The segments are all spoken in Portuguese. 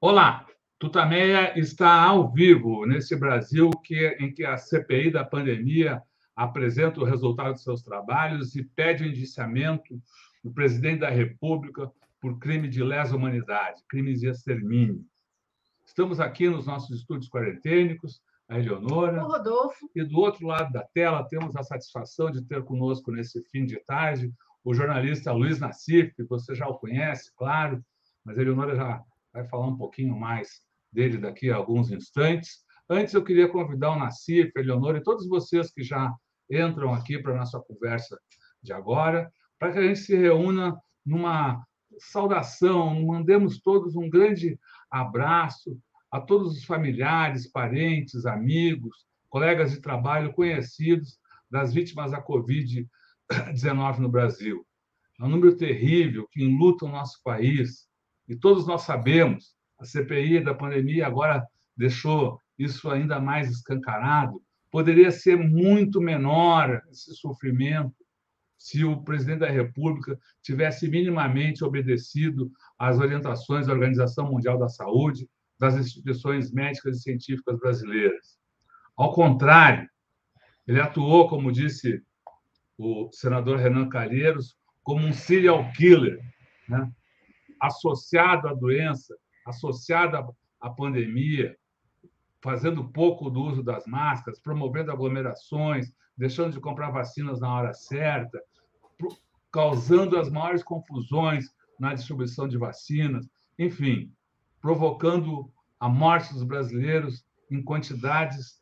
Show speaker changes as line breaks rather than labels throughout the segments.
Olá, Tutameia está ao vivo nesse Brasil em que a CPI da pandemia apresenta o resultado de seus trabalhos e pede o indiciamento do presidente da República por crime de lesa humanidade, crimes de extermínio. Estamos aqui nos nossos estúdios quarentênicos, a Eleonora.
O Rodolfo.
E do outro lado da tela temos a satisfação de ter conosco nesse fim de tarde o jornalista Luiz Nassif, que você já o conhece, claro, mas a Eleonora já vai falar um pouquinho mais dele daqui a alguns instantes. Antes, eu queria convidar o Nassif, a Eleonora e todos vocês que já entram aqui para a nossa conversa de agora, para que a gente se reúna numa saudação, mandemos todos um grande abraço a todos os familiares, parentes, amigos, colegas de trabalho, conhecidos das vítimas da Covid-19 no Brasil. É um número terrível que enluta o nosso país, e todos nós sabemos, a CPI da pandemia agora deixou isso ainda mais escancarado, poderia ser muito menor esse sofrimento se o presidente da República tivesse minimamente obedecido às orientações da Organização Mundial da Saúde, das instituições médicas e científicas brasileiras. Ao contrário, ele atuou, como disse o senador Renan Calheiros, como um serial killer, né? Associado à doença, associado à pandemia, fazendo pouco do uso das máscaras, promovendo aglomerações, deixando de comprar vacinas na hora certa, causando as maiores confusões na distribuição de vacinas, enfim, provocando a morte dos brasileiros em quantidades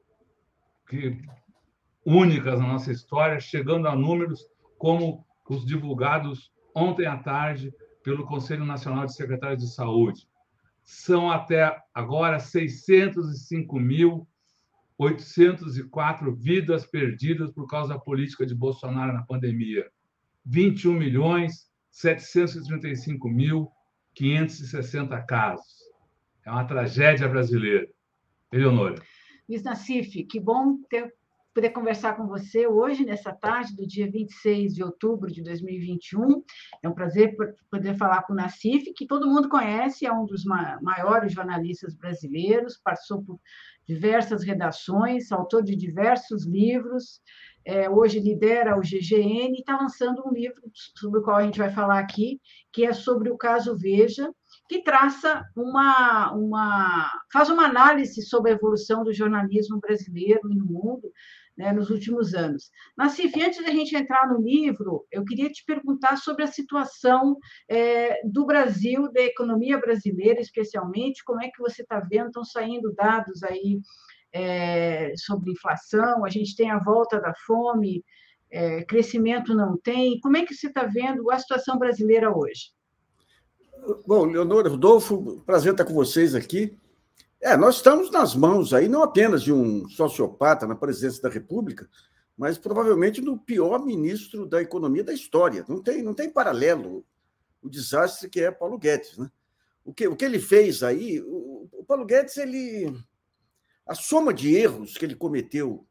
únicas na nossa história, chegando a números como os divulgados ontem à tarde pelo Conselho Nacional de Secretários de Saúde. São até agora 605.804 vidas perdidas por causa da política de Bolsonaro na pandemia. 21.735.560 casos. É uma tragédia brasileira. Eleonora.
Luiz Nassif, que bom poder conversar com você hoje, nessa tarde do dia 26 de outubro de 2021. É um prazer poder falar com o Nassif, que todo mundo conhece, é um dos maiores jornalistas brasileiros, passou por diversas redações, autor de diversos livros, hoje lidera o GGN e está lançando um livro sobre o qual a gente vai falar aqui, que é sobre o caso Veja, que traça faz uma análise sobre a evolução do jornalismo brasileiro e no mundo, né, nos últimos anos. Nassif, antes da gente entrar no livro, eu queria te perguntar sobre a situação do Brasil, da economia brasileira, especialmente, como é que você está vendo, estão saindo dados aí sobre inflação, a gente tem a volta da fome, crescimento não tem, como é que você está vendo a situação brasileira hoje?
Bom, Leonora, Rodolfo, prazer estar com vocês aqui. Nós estamos nas mãos aí, não apenas de um sociopata na presidência da República, mas provavelmente do pior ministro da economia da história. Não tem paralelo o desastre que é Paulo Guedes, né? O que ele fez aí, o Paulo Guedes, a soma de erros que ele cometeu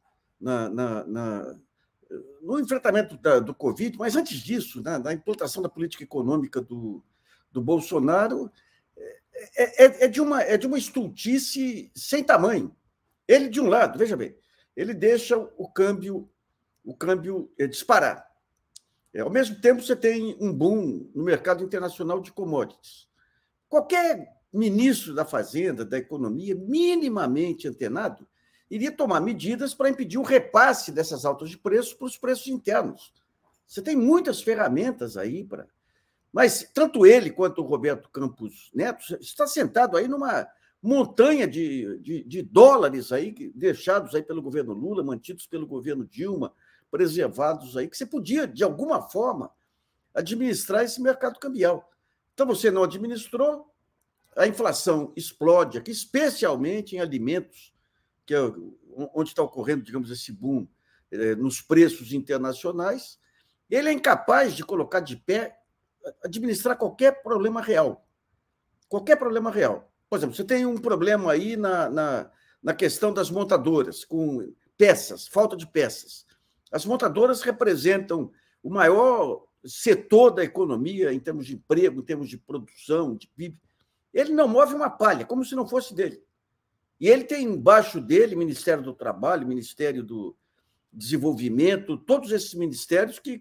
no enfrentamento do Covid, mas antes disso, na implantação da política econômica do Bolsonaro, é de uma estultice sem tamanho. Ele, de um lado, veja bem, ele deixa o câmbio disparar. Ao mesmo tempo, você tem um boom no mercado internacional de commodities. Qualquer ministro da Fazenda, da Economia, minimamente antenado, iria tomar medidas para impedir o repasse dessas altas de preços para os preços internos. Você tem muitas ferramentas aí para... Mas tanto ele quanto o Roberto Campos Neto está sentado aí numa montanha de dólares aí, deixados aí pelo governo Lula, mantidos pelo governo Dilma, preservados aí, que você podia, de alguma forma, administrar esse mercado cambial. Então, você não administrou, a inflação explode aqui, especialmente em alimentos, que é onde está ocorrendo, digamos, esse boom nos preços internacionais. Ele é incapaz de colocar de pé, administrar qualquer problema real. Qualquer problema real. Por exemplo, você tem um problema aí na questão das montadoras, com peças, falta de peças. As montadoras representam o maior setor da economia em termos de emprego, em termos de produção, de PIB. Ele não move uma palha, como se não fosse dele. E ele tem embaixo dele Ministério do Trabalho, Ministério do Desenvolvimento, todos esses ministérios que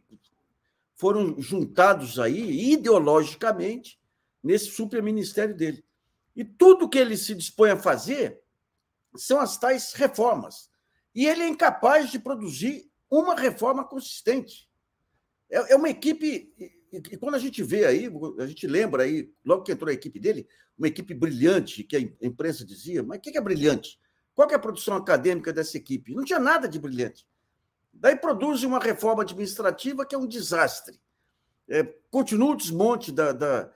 foram juntados aí, ideologicamente, nesse superministério dele. E tudo que ele se dispõe a fazer são as tais reformas. E ele é incapaz de produzir uma reforma consistente. É uma equipe... E quando a gente vê aí, a gente lembra aí, logo que entrou a equipe dele, uma equipe brilhante, que a imprensa dizia, mas o que é brilhante? Qual que é a produção acadêmica dessa equipe? Não tinha nada de brilhante. Daí produz uma reforma administrativa que é um desastre. Continua o desmonte da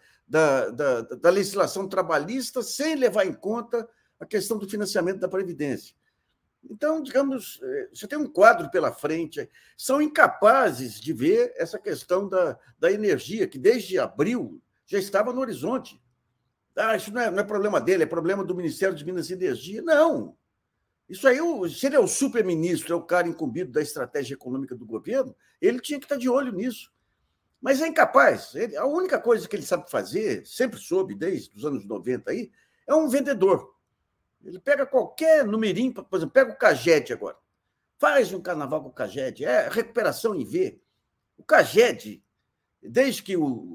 legislação trabalhista sem levar em conta a questão do financiamento da Previdência. Então, digamos, você tem um quadro pela frente, são incapazes de ver essa questão da energia, que desde abril já estava no horizonte. Isso não é problema dele, é problema do Ministério de Minas e Energia. Não. Isso aí, se ele é o superministro, é o cara incumbido da estratégia econômica do governo, ele tinha que estar de olho nisso. Mas é incapaz. A única coisa que ele sabe fazer, sempre soube, desde os anos 90 aí, é um vendedor. Ele pega qualquer numerinho, por exemplo, pega o CAGED agora. Faz um carnaval com o CAGED, é recuperação em V. O CAGED, desde que o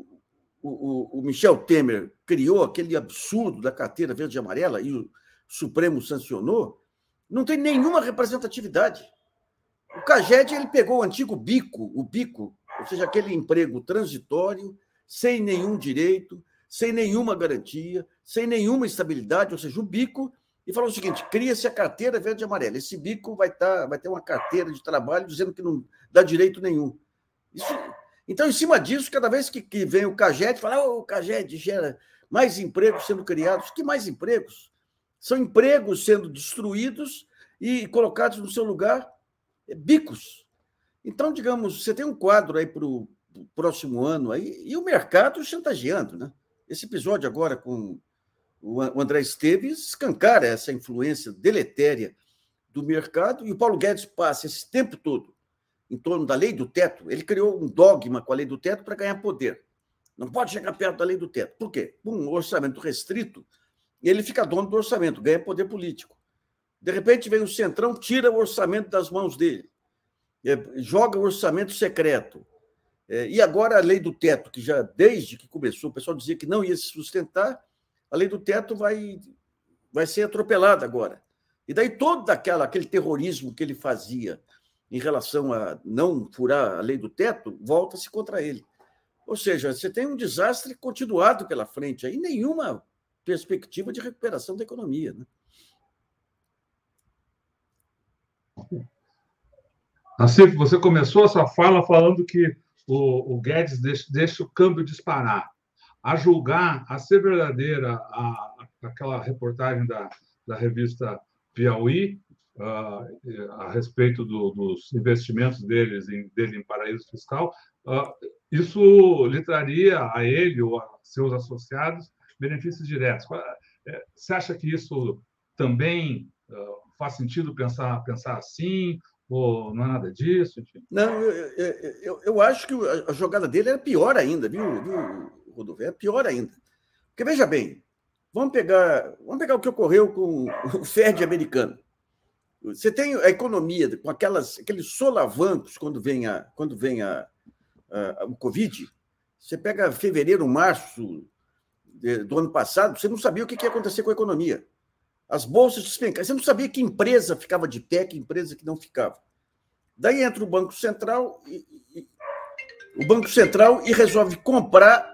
Michel Temer criou aquele absurdo da carteira verde e amarela e o Supremo sancionou, não tem nenhuma representatividade. O CAGED ele pegou o antigo bico, ou seja, aquele emprego transitório, sem nenhum direito, sem nenhuma garantia, sem nenhuma estabilidade, ou seja, o bico, e falou o seguinte: cria-se a carteira verde e amarela. Esse bico vai ter uma carteira de trabalho dizendo que não dá direito nenhum. Então, em cima disso, cada vez que vem o CAGED, fala: o CAGED gera mais empregos sendo criados. Que mais empregos? São empregos sendo destruídos e colocados no seu lugar bicos. Então, digamos, você tem um quadro aí para o próximo ano aí, e o mercado chantageando, né? Esse episódio agora com o André Esteves escancara essa influência deletéria do mercado, e o Paulo Guedes passa esse tempo todo em torno da lei do teto. Ele criou um dogma com a lei do teto para ganhar poder. Não pode chegar perto da lei do teto. Por quê? Um orçamento restrito, e ele fica dono do orçamento, ganha poder político. De repente vem o Centrão, tira o orçamento das mãos dele, joga o orçamento secreto. E agora a lei do teto, que já desde que começou, o pessoal dizia que não ia se sustentar, a lei do teto vai ser atropelada agora. E daí todo aquele terrorismo que ele fazia em relação a não furar a lei do teto, volta-se contra ele. Ou seja, você tem um desastre continuado pela frente, aí nenhuma perspectiva de recuperação da economia, né?
Nassif, você começou a sua fala falando que o Guedes deixa o câmbio disparar. A julgar, a ser verdadeira aquela reportagem da revista Piauí a respeito dos investimentos dele em paraíso fiscal, isso lhe traria a ele ou a seus associados benefícios diretos. Você acha que isso também faz sentido pensar assim? Ou não é nada disso? Enfim.
Não, eu acho que a jogada dele era pior ainda, viu, Rodolfo? É pior ainda. Porque, veja bem, vamos pegar o que ocorreu com o Fed americano. Você tem a economia com aqueles solavancos quando vem o Covid. Você pega fevereiro, março do ano passado, você não sabia o que ia acontecer com a economia. As bolsas despencaram. Você não sabia que empresa ficava de pé, que empresa que não ficava. Daí entra o Banco Central e resolve comprar,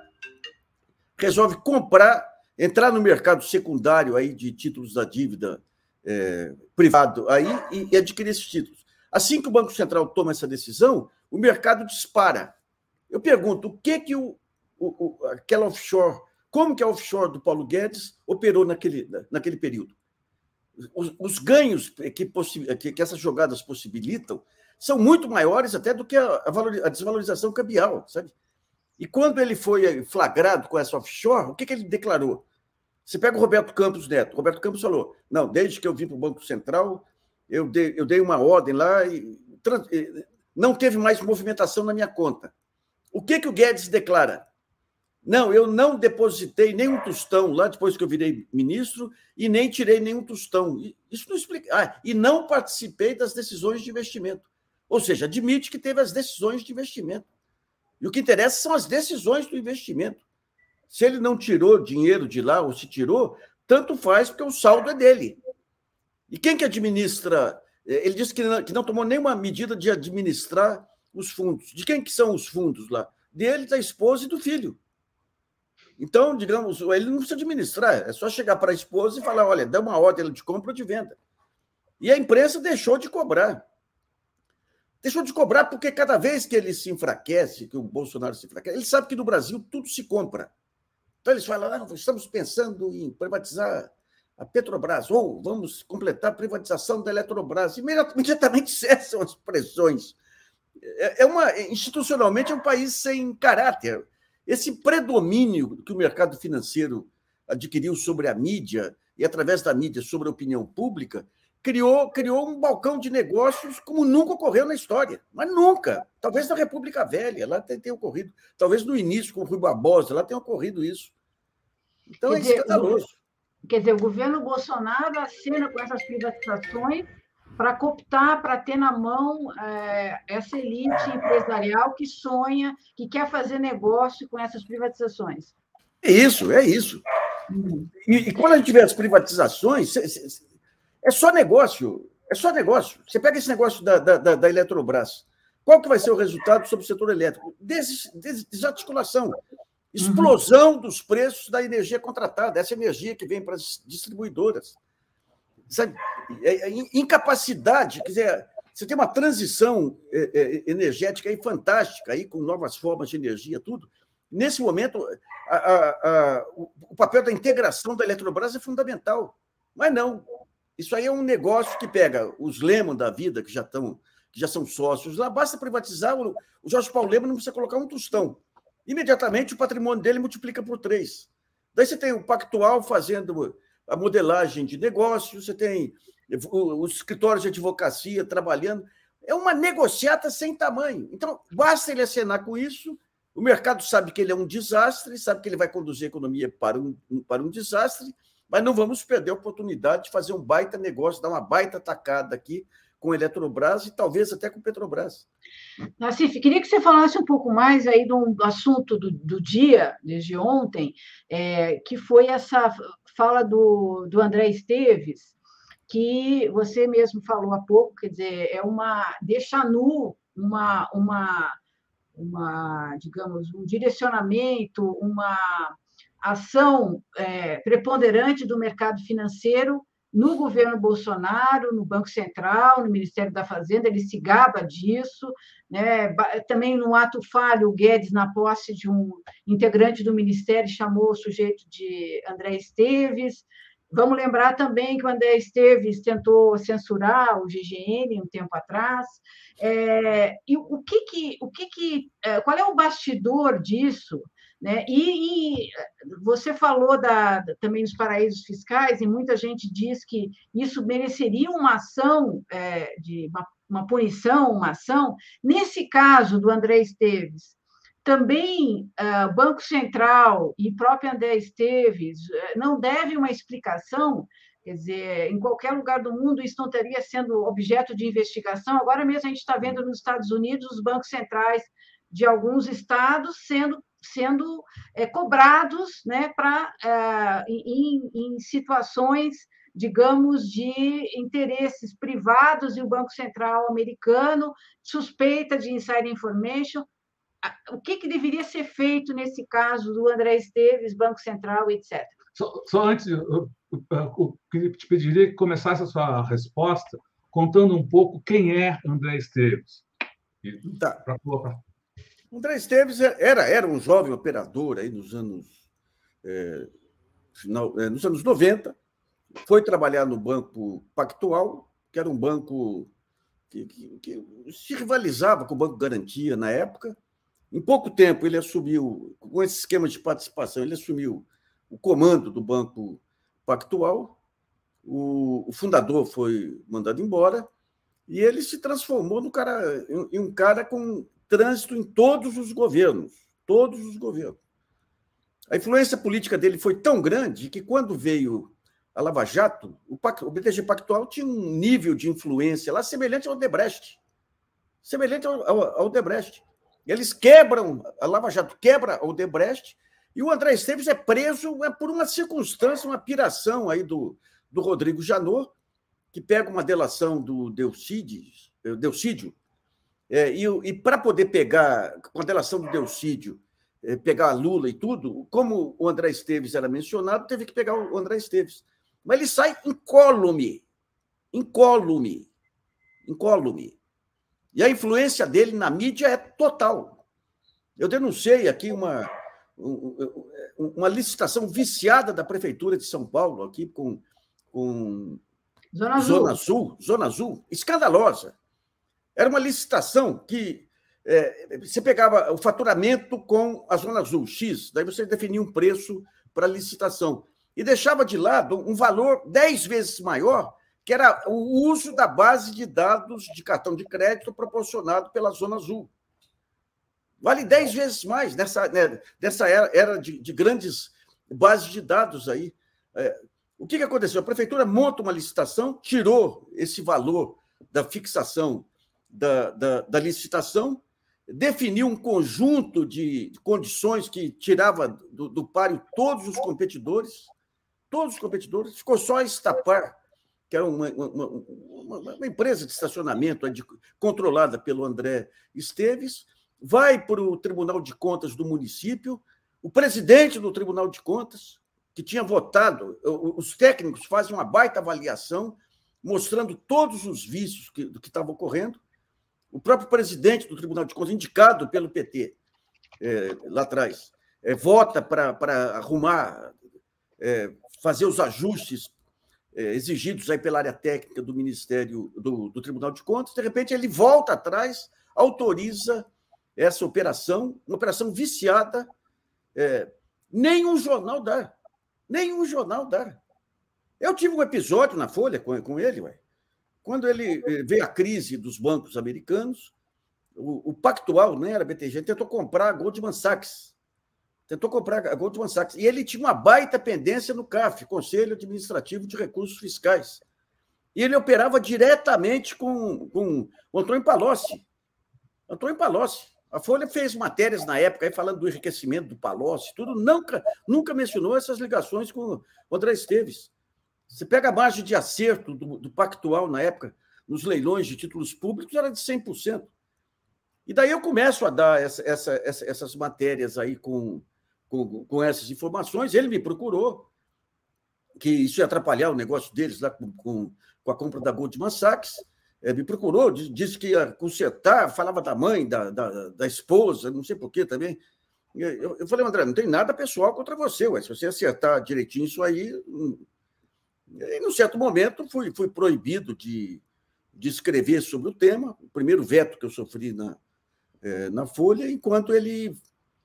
entrar no mercado secundário aí de títulos da dívida privado aí e adquirir esses títulos. Assim que o Banco Central toma essa decisão, o mercado dispara. Eu pergunto, o que aquela offshore, como que a offshore do Paulo Guedes operou naquele período? Os ganhos que essas jogadas possibilitam são muito maiores até do que a desvalorização cambial, sabe? E quando ele foi flagrado com essa offshore, o que ele declarou? Você pega o Roberto Campos Neto. Roberto Campos falou: não, desde que eu vim para o Banco Central, eu dei uma ordem lá e não teve mais movimentação na minha conta. O que o Guedes declara? Não, eu não depositei nenhum tostão lá depois que eu virei ministro e nem tirei nenhum tostão. Isso não explica. E não participei das decisões de investimento. Ou seja, admite que teve as decisões de investimento. E o que interessa são as decisões do investimento. Se ele não tirou dinheiro de lá ou se tirou, tanto faz, porque o saldo é dele. E quem que administra? Ele disse que não tomou nenhuma medida de administrar os fundos. De quem que são os fundos lá? Dele, da esposa e do filho. Então, digamos, ele não precisa administrar, é só chegar para a esposa e falar, olha, dá uma ordem de compra ou de venda. E a imprensa deixou de cobrar. Deixou de cobrar porque cada vez que ele se enfraquece, que o Bolsonaro se enfraquece, ele sabe que no Brasil tudo se compra. Então eles falam, estamos pensando em privatizar a Petrobras, ou vamos completar a privatização da Eletrobras. Imediatamente cessam as pressões. Institucionalmente é um país sem caráter. Esse predomínio que o mercado financeiro adquiriu sobre a mídia e, através da mídia, sobre a opinião pública, criou um balcão de negócios como nunca ocorreu na história. Mas nunca. Talvez na República Velha, lá tenha ocorrido. Talvez no início, com o Rui Barbosa, lá tenha ocorrido isso. Então, escandaloso.
Quer dizer, o governo Bolsonaro acena com essas privatizações para cooptar, para ter na mão essa elite empresarial que sonha, que quer fazer negócio com essas privatizações.
É isso. E quando a gente vê as privatizações, é só negócio. Você pega esse negócio da Eletrobras. Qual que vai ser o resultado sobre o setor elétrico? Desarticulação. Explosão dos preços da energia contratada, essa energia que vem para as distribuidoras. Sabe? Incapacidade, quer dizer, você tem uma transição energética aí fantástica, aí, com novas formas de energia, tudo. Nesse momento, o papel da integração da Eletrobras é fundamental. Mas não. Isso aí é um negócio que pega os Lehman da vida, que já são sócios lá, basta privatizar. O Jorge Paulo Lehmann não precisa colocar um tostão. Imediatamente, o patrimônio dele multiplica por 3. Daí você tem o Pactual fazendo a modelagem de negócios, você tem os escritórios de advocacia trabalhando. É uma negociata sem tamanho. Então, basta ele acenar com isso, o mercado sabe que ele é um desastre, sabe que ele vai conduzir a economia para um desastre, mas não vamos perder a oportunidade de fazer um baita negócio, dar uma baita tacada aqui com a Eletrobras e talvez até com a Petrobras.
Nassif, queria que você falasse um pouco mais aí do assunto do dia, desde ontem, que foi essa fala do André Esteves, que você mesmo falou há pouco, quer dizer, deixa nu digamos, um direcionamento, uma ação preponderante do mercado financeiro no governo Bolsonaro, no Banco Central, no Ministério da Fazenda, ele se gaba disso, né? Também no ato falho, o Guedes, na posse de um integrante do Ministério, chamou o sujeito de André Esteves. Vamos lembrar também que o André Esteves tentou censurar o GGN um tempo atrás. E qual é o bastidor disso? Né? E você falou também dos paraísos fiscais, e muita gente diz que isso mereceria uma ação, uma punição, uma ação. Nesse caso do André Esteves, também o Banco Central e próprio André Esteves não devem uma explicação. Quer dizer, em qualquer lugar do mundo isso não estaria sendo objeto de investigação. Agora mesmo a gente está vendo nos Estados Unidos os bancos centrais de alguns estados sendo cobrados, né, em situações, digamos, de interesses privados, e o Banco Central americano suspeita de insider information. O que deveria ser feito nesse caso do André Esteves, Banco Central, etc.?
Só antes, eu te pediria que começasse a sua resposta contando um pouco quem é André Esteves.
Tá. André Esteves era um jovem operador aí nos anos 90, foi trabalhar no Banco Pactual, que era um banco que se rivalizava com o Banco Garantia na época. Em pouco tempo, ele assumiu, com esse esquema de participação, ele assumiu o comando do Banco Pactual, o fundador foi mandado embora, e ele se transformou em um cara com trânsito em todos os governos. A influência política dele foi tão grande que, quando veio a Lava Jato, o BTG Pactual tinha um nível de influência lá semelhante ao Odebrecht. Semelhante ao Odebrecht. Eles quebram, a Lava Jato quebra o Odebrecht, e o André Esteves é preso por uma circunstância, uma piração aí do Rodrigo Janot, que pega uma delação do Delcídio, e para poder pegar, com a delação do Delcídio, pegar a Lula e tudo, como o André Esteves era mencionado, teve que pegar o André Esteves. Mas ele sai incólume. E a influência dele na mídia é total. Eu denunciei aqui uma licitação viciada da Prefeitura de São Paulo, aqui com Zona Azul, escandalosa. Era uma licitação que você pegava o faturamento com a Zona Azul, X, daí você definia um preço para a licitação e deixava de lado um valor 10 vezes maior, que era o uso da base de dados de cartão de crédito proporcionado pela Zona Azul. Vale 10 vezes mais nessa era de grandes bases de dados aí. O que aconteceu? A prefeitura monta uma licitação, tirou esse valor da fixação da licitação, definiu um conjunto de condições que tirava do páreo todos os competidores, ficou só a Estapar, que era uma empresa de estacionamento controlada pelo André Esteves, vai para o Tribunal de Contas do município, o presidente do Tribunal de Contas, que tinha votado, os técnicos fazem uma baita avaliação, mostrando todos os vícios do que estava ocorrendo. O próprio presidente do Tribunal de Contas, indicado pelo PT lá atrás, vota para arrumar, fazer os ajustes exigidos aí pela área técnica do Ministério do Tribunal de Contas. De repente, ele volta atrás, autoriza essa operação, uma operação viciada. Nenhum jornal dá. Eu tive um episódio na Folha com ele, quando ele veio a crise dos bancos americanos, o Pactual, não era BTG, tentou comprar a Goldman Sachs. E ele tinha uma baita pendência no CAF, Conselho Administrativo de Recursos Fiscais. E ele operava diretamente com o Antônio Palocci. A Folha fez matérias na época aí falando do enriquecimento do Palocci, tudo, nunca mencionou essas ligações com o André Esteves. Você pega a margem de acerto do Pactual na época, nos leilões de títulos públicos, era de 100%. E daí eu começo a dar essas matérias aí com essas informações. Ele me procurou, que isso ia atrapalhar o negócio deles lá com a compra da Goldman Sachs. Me procurou, disse que ia consertar, falava da mãe, da esposa, não sei por quê também. Eu falei, André, não tem nada pessoal contra você, se você acertar direitinho isso aí. E, num certo momento, fui proibido de escrever sobre o tema, o primeiro veto que eu sofri na Folha, enquanto ele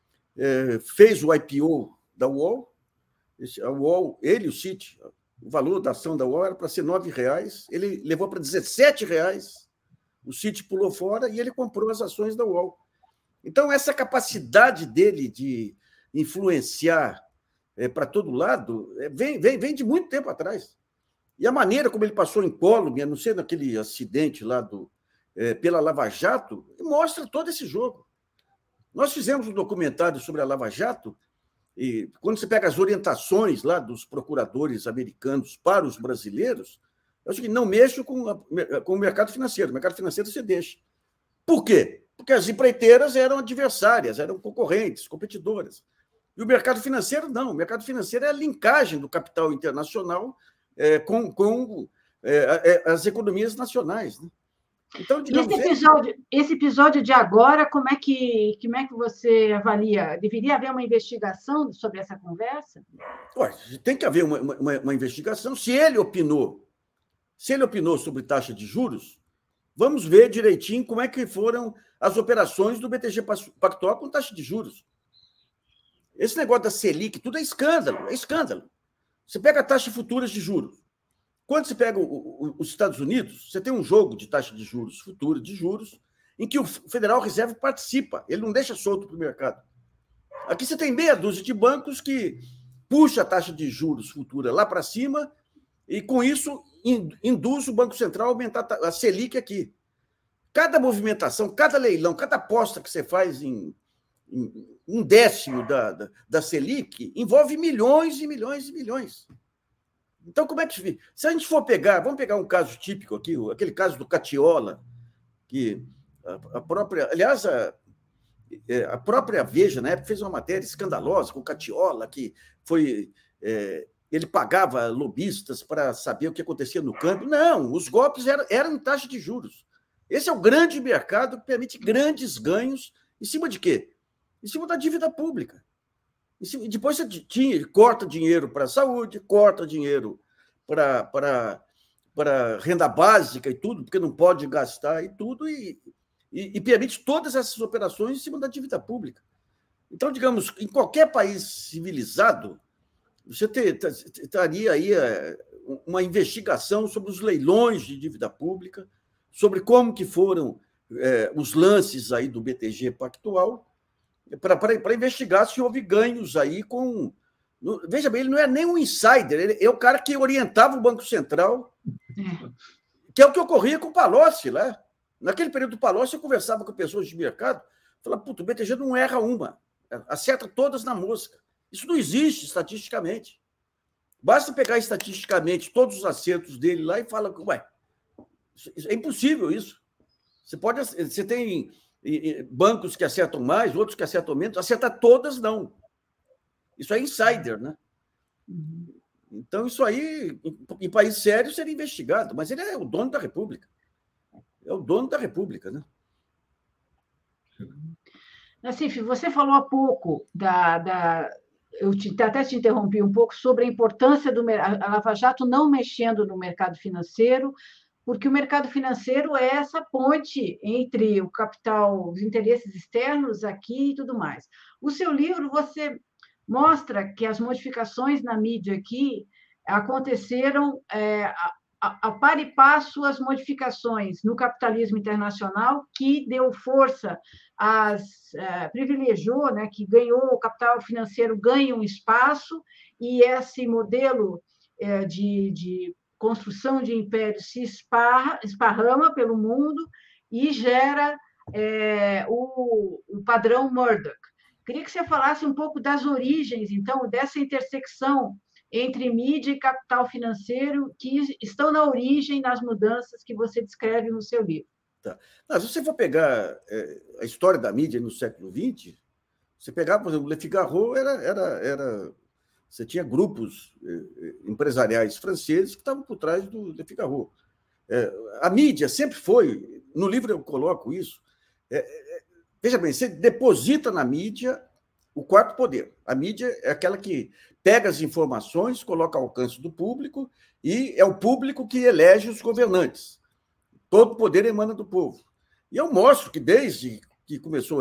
fez o IPO da UOL. A UOL, ele, o Citi, o valor da ação da UOL era para ser R$ 9,00, ele levou para R$ 17,00, o Citi pulou fora e ele comprou as ações da UOL. Então, essa capacidade dele de influenciar para todo lado vem de muito tempo atrás. E a maneira como ele passou incólume, a não ser naquele acidente lá pela Lava Jato, mostra todo esse jogo. Nós fizemos um documentário sobre a Lava Jato, e quando você pega as orientações lá dos procuradores americanos para os brasileiros, é o seguinte: não mexam com o mercado financeiro. O mercado financeiro você deixa. Por quê? Porque as empreiteiras eram adversárias, eram concorrentes, competidoras. E o mercado financeiro, não. O mercado financeiro é a linkagem do capital internacional com as economias nacionais, né? Então, digamos,
esse episódio de agora, como é que você avalia? Deveria haver uma investigação sobre essa conversa?
Tem que haver uma investigação. Se ele opinou sobre taxa de juros, vamos ver direitinho como é que foram as operações do BTG Pactual com taxa de juros. Esse negócio da Selic, tudo é escândalo. Você pega a taxa futuras de juros. Quando você pega os Estados Unidos, você tem um jogo de taxa de juros, futura de juros, em que o Federal Reserve participa, ele não deixa solto para o mercado. Aqui você tem meia dúzia de bancos que puxa a taxa de juros futura lá para cima e, com isso, induz o Banco Central a aumentar a Selic aqui. Cada movimentação, cada leilão, cada aposta que você faz em um décimo da Selic envolve milhões e milhões e milhões. Então, como é que... Se a gente for pegar... Vamos pegar um caso típico aqui, aquele caso do Catiola, que a própria... Aliás, a própria Veja, na época, fez uma matéria escandalosa com o Catiola, que foi... ele pagava lobistas para saber o que acontecia no câmbio. Não, os golpes eram em taxa de juros. Esse é o grande mercado que permite grandes ganhos em cima de quê? Em cima da dívida pública. E depois você corta dinheiro para a saúde, corta dinheiro para renda básica e tudo, porque não pode gastar e tudo, e permite todas essas operações em cima da dívida pública. Então, digamos, em qualquer país civilizado, você estaria aí uma investigação sobre os leilões de dívida pública, sobre como que foram os lances aí do BTG Pactual, para investigar se houve ganhos aí com... Veja bem, ele não é nem um insider, ele é o cara que orientava o Banco Central, que é o que ocorria com o Palocci lá. Naquele período do Palocci, eu conversava com pessoas de mercado, falava, puta, o BTG não erra uma, acerta todas na mosca. Isso não existe estatisticamente. Basta pegar estatisticamente todos os acertos dele lá e falar, ué, é impossível isso. Você tem bancos que acertam mais, outros que acertam menos, acertar todas não. Isso é insider, né? Então, isso aí, em país sério, seria investigado, mas ele é o dono da República. É o dono da República, né?
Nassif, você falou há pouco eu até te interrompi um pouco sobre a importância a Lava Jato não mexendo no mercado financeiro, porque o mercado financeiro é essa ponte entre o capital, os interesses externos aqui e tudo mais. O seu livro, você mostra que as modificações na mídia aqui aconteceram a par e passo as modificações no capitalismo internacional, que deu força, privilegiou, né, que ganhou, o capital financeiro ganha um espaço, e esse modelo de construção de império se esparrama pelo mundo e gera o padrão Murdoch. Queria que você falasse um pouco das origens, então, dessa intersecção entre mídia e capital financeiro que estão na origem nas mudanças que você descreve no seu livro.
Tá. Não, se você for pegar a história da mídia no século XX, você pegava, por exemplo, Le Figaro você tinha grupos empresariais franceses que estavam por trás do Le Figaro. A mídia sempre foi, no livro eu coloco isso, veja bem, você deposita na mídia o quarto poder. A mídia é aquela que pega as informações, coloca ao alcance do público, e é o público que elege os governantes. Todo poder emana do povo. E eu mostro que, desde que começou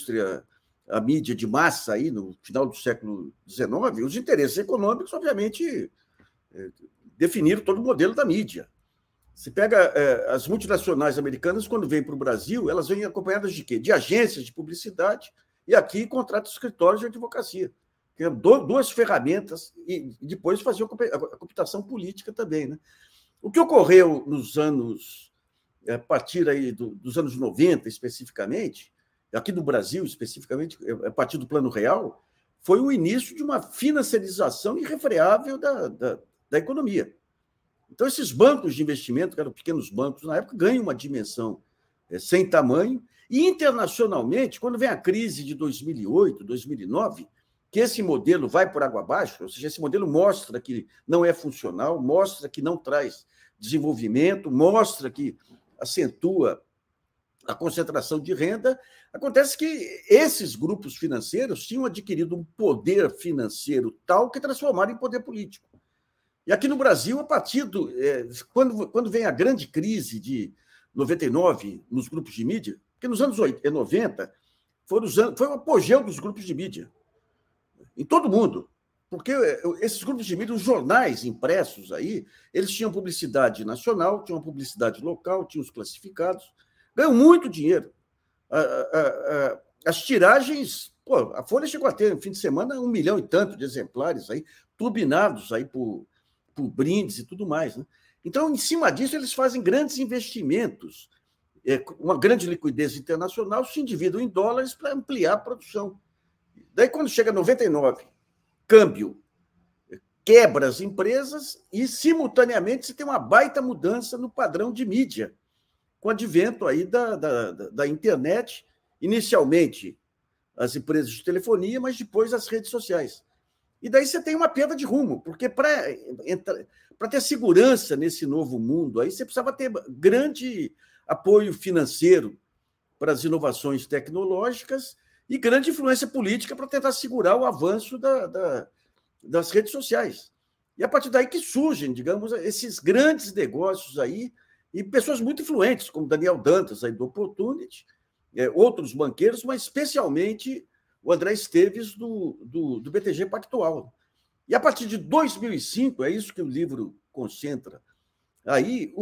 a mídia de massa, aí, no final do século XIX, os interesses econômicos, obviamente, definiram todo o modelo da mídia. Você pega as multinacionais americanas, quando vêm para o Brasil, elas vêm acompanhadas de quê? De agências de publicidade, e aqui contratam escritórios de advocacia. Que duas ferramentas, e depois faziam a computação política também, né? O que ocorreu nos anos, a partir aí dos anos 90, especificamente, aqui no Brasil, especificamente, a partir do Plano Real, foi o início de uma financiarização irrefreável da economia. Então, esses bancos de investimento, que eram pequenos bancos na época, ganham uma dimensão sem tamanho, e internacionalmente, quando vem a crise de 2008, 2009, que esse modelo vai por água abaixo, ou seja, esse modelo mostra que não é funcional, mostra que não traz desenvolvimento, mostra que acentua a concentração de renda. Acontece que esses grupos financeiros tinham adquirido um poder financeiro tal que transformaram em poder político. E aqui no Brasil, a partir quando vem a grande crise de 99 nos grupos de mídia, porque nos anos 90 foi o apogeu dos grupos de mídia, em todo mundo, porque esses grupos de mídia, os jornais impressos aí, eles tinham publicidade nacional, tinham publicidade local, tinham os classificados, ganham muito dinheiro. As tiragens Pô, a Folha chegou a ter, no fim de semana, 1 milhão e tanto de exemplares aí, turbinados aí por brindes e tudo mais. Né? Então, em cima disso, eles fazem grandes investimentos, uma grande liquidez internacional, se endividam em dólares para ampliar a produção. Daí, quando chega 99, câmbio quebra as empresas e, simultaneamente, se tem uma baita mudança no padrão de mídia, com o advento aí da internet, inicialmente as empresas de telefonia, mas depois as redes sociais. E daí você tem uma perda de rumo, porque para ter segurança nesse novo mundo, aí você precisava ter grande apoio financeiro para as inovações tecnológicas e grande influência política para tentar segurar o avanço das redes sociais. E a partir daí que surgem, digamos, esses grandes negócios aí, e pessoas muito influentes, como Daniel Dantas, aí do Opportunity, outros banqueiros, mas especialmente o André Esteves, do BTG Pactual. E a partir de 2005, é isso que o livro concentra, aí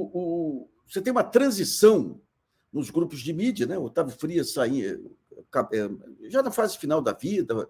você tem uma transição nos grupos de mídia, né? O Otávio Frias saiu já na fase final da vida,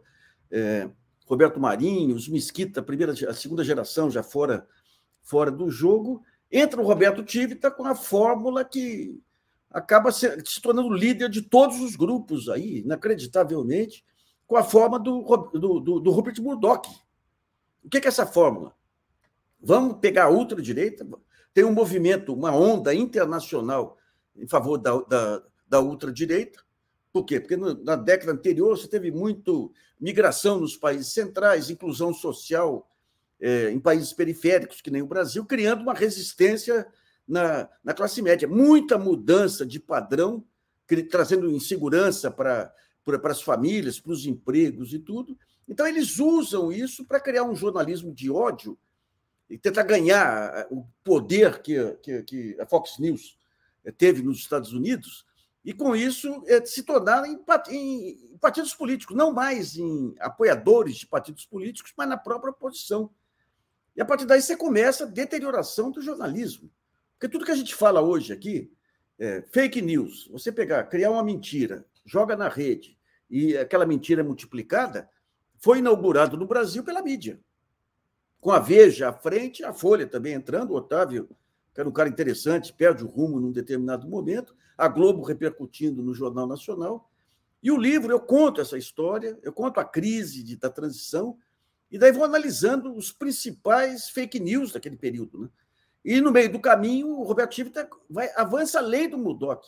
Roberto Marinho, os Mesquita, a segunda geração já fora do jogo, entra o Roberto Tivita com a fórmula que acaba se tornando líder de todos os grupos aí, inacreditavelmente, com a forma do Rupert Murdoch. O que é essa fórmula? Vamos pegar a ultradireita, tem um movimento, uma onda internacional em favor da ultradireita. Por quê? Porque na década anterior você teve muito migração nos países centrais, inclusão social em países periféricos, que nem o Brasil, criando uma resistência na classe média. Muita mudança de padrão, trazendo insegurança para as famílias, para os empregos e tudo. Então, eles usam isso para criar um jornalismo de ódio e tentar ganhar o poder que a Fox News teve nos Estados Unidos, e, com isso, se tornar em partidos políticos, não mais em apoiadores de partidos políticos, mas na própria oposição. E, a partir daí, você começa a deterioração do jornalismo. Porque tudo que a gente fala hoje aqui, fake news, você criar uma mentira, joga na rede, e aquela mentira é multiplicada, foi inaugurado no Brasil pela mídia. Com a Veja à frente, a Folha também entrando, o Otávio, que era um cara interessante, perde o rumo num determinado momento, a Globo repercutindo no Jornal Nacional. E o livro, eu conto essa história, eu conto a crise da transição, e daí vou analisando os principais fake news daquele período. Né? E, no meio do caminho, o Roberto Tivita avança além do Murdoch.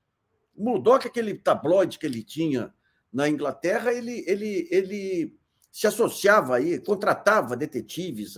O Murdoch, aquele tabloide que ele tinha na Inglaterra, ele se associava aí, contratava detetives,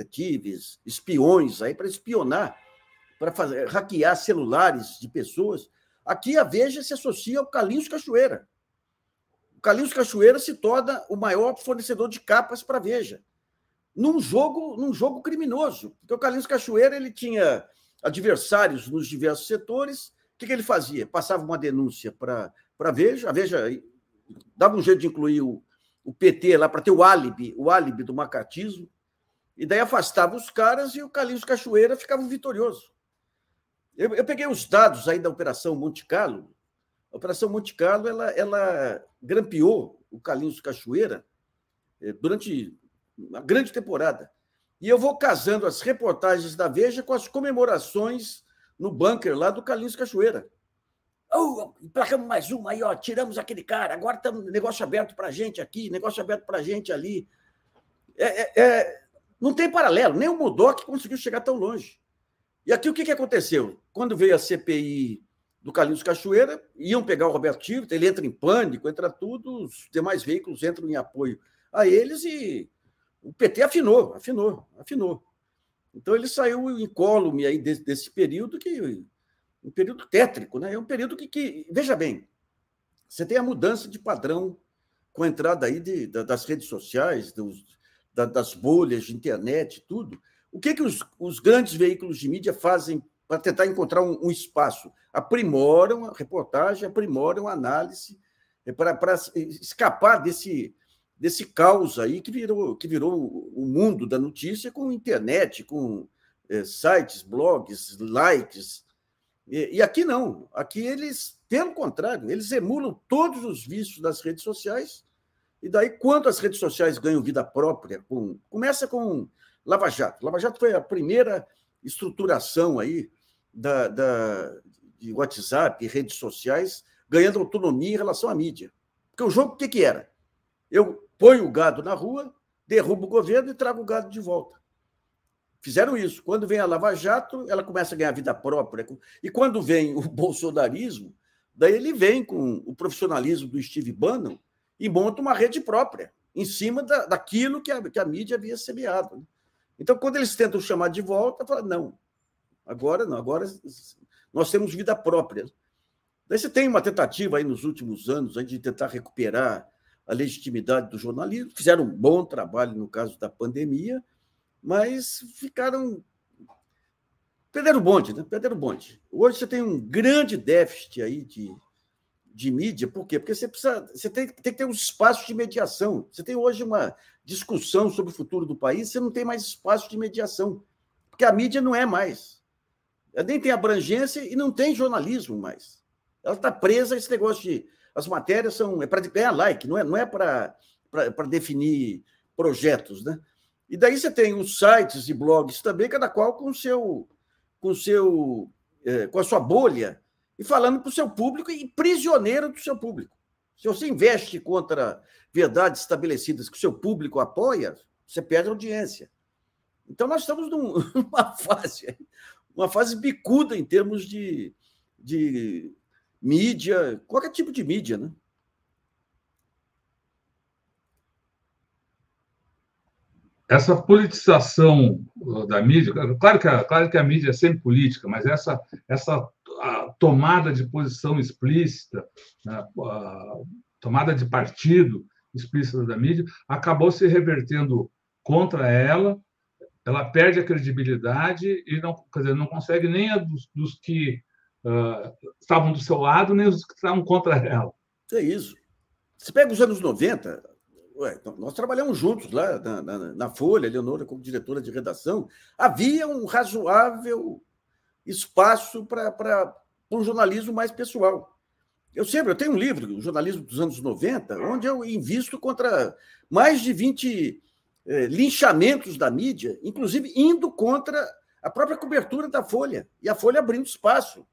espiões aí para espionar, para hackear celulares de pessoas. Aqui a Veja se associa ao Carlinhos Cachoeira. O Carlinhos Cachoeira se torna o maior fornecedor de capas para a Veja, num jogo criminoso, porque o Carlinhos Cachoeira ele tinha adversários nos diversos setores. O que ele fazia? Passava uma denúncia para a Veja dava um jeito de incluir o PT lá para ter o álibi do macartismo, e daí afastava os caras e o Carlinhos Cachoeira ficava vitorioso. Eu peguei os dados aí da Operação Monte Carlo. A Operação Monte Carlo ela grampeou o Carlinhos Cachoeira durante uma grande temporada. E eu vou casando as reportagens da Veja com as comemorações no bunker lá do Carlinhos Cachoeira. Emplacamos mais uma aí, tiramos aquele cara, agora estamos negócio aberto para a gente aqui, negócio aberto para a gente ali. Não tem paralelo, nem o Murdoch conseguiu chegar tão longe. E aqui o que aconteceu? Quando veio a CPI do Carlinhos Cachoeira, iam pegar o Roberto Tivita, ele entra em pânico, entra tudo, os demais veículos entram em apoio a eles e o PT afinou. Então ele saiu incólume aí desse período, um período tétrico, né? É um período que veja bem, você tem a mudança de padrão com a entrada aí das redes sociais, das bolhas de internet, tudo. O que os grandes veículos de mídia fazem para tentar encontrar um espaço? Aprimoram a reportagem, aprimoram a análise, para escapar desse caos aí que virou o mundo da notícia, com internet, com sites, blogs, likes. E aqui não. Aqui eles Pelo contrário, eles emulam todos os vícios das redes sociais, e daí, quando as redes sociais ganham vida própria, começa com Lava Jato. Lava Jato foi a primeira estruturação aí de WhatsApp e redes sociais ganhando autonomia em relação à mídia. Porque o jogo, o que era? Eu ponho o gado na rua, derrubo o governo e trago o gado de volta. Fizeram isso. Quando vem a Lava Jato, ela começa a ganhar vida própria. E quando vem o bolsonarismo, daí ele vem com o profissionalismo do Steve Bannon e monta uma rede própria, em cima daquilo que a mídia havia semeado. Então, quando eles tentam chamar de volta, fala, não, agora não, agora nós temos vida própria. Daí você tem uma tentativa aí nos últimos anos aí de tentar recuperar a legitimidade do jornalismo, fizeram um bom trabalho no caso da pandemia, mas perderam o bonde, né? Perderam o bonde. Hoje você tem um grande déficit aí de mídia, por quê? Porque você tem que ter um espaço de mediação. Você tem hoje uma discussão sobre o futuro do país, você não tem mais espaço de mediação, porque a mídia não é mais. Ela nem tem abrangência e não tem jornalismo mais. Ela está presa a esse negócio de... As matérias é para ganhar like, não é para definir projetos, né? E daí você tem os sites e blogs também, cada qual com a sua bolha, e falando para o seu público e prisioneiro do seu público. Se você investe contra verdades estabelecidas que o seu público apoia, você perde audiência. Então, nós estamos uma fase bicuda em termos de mídia, qualquer tipo de mídia, né?
Essa politização da mídia, claro que a mídia é sempre política, mas essa a tomada de posição explícita, né, a tomada de partido explícita da mídia, acabou se revertendo contra ela perde a credibilidade e não, quer dizer, não consegue nem a dos que estavam do seu lado, nem os que estavam contra ela.
É isso. Você pega os anos 90, nós trabalhamos juntos lá na Folha, Leonora como diretora de redação, havia um razoável espaço para um jornalismo mais pessoal. Eu tenho um livro, o Jornalismo dos Anos 90, onde eu invisto contra mais de 20 linchamentos da mídia, inclusive indo contra a própria cobertura da Folha, e a Folha abrindo espaço.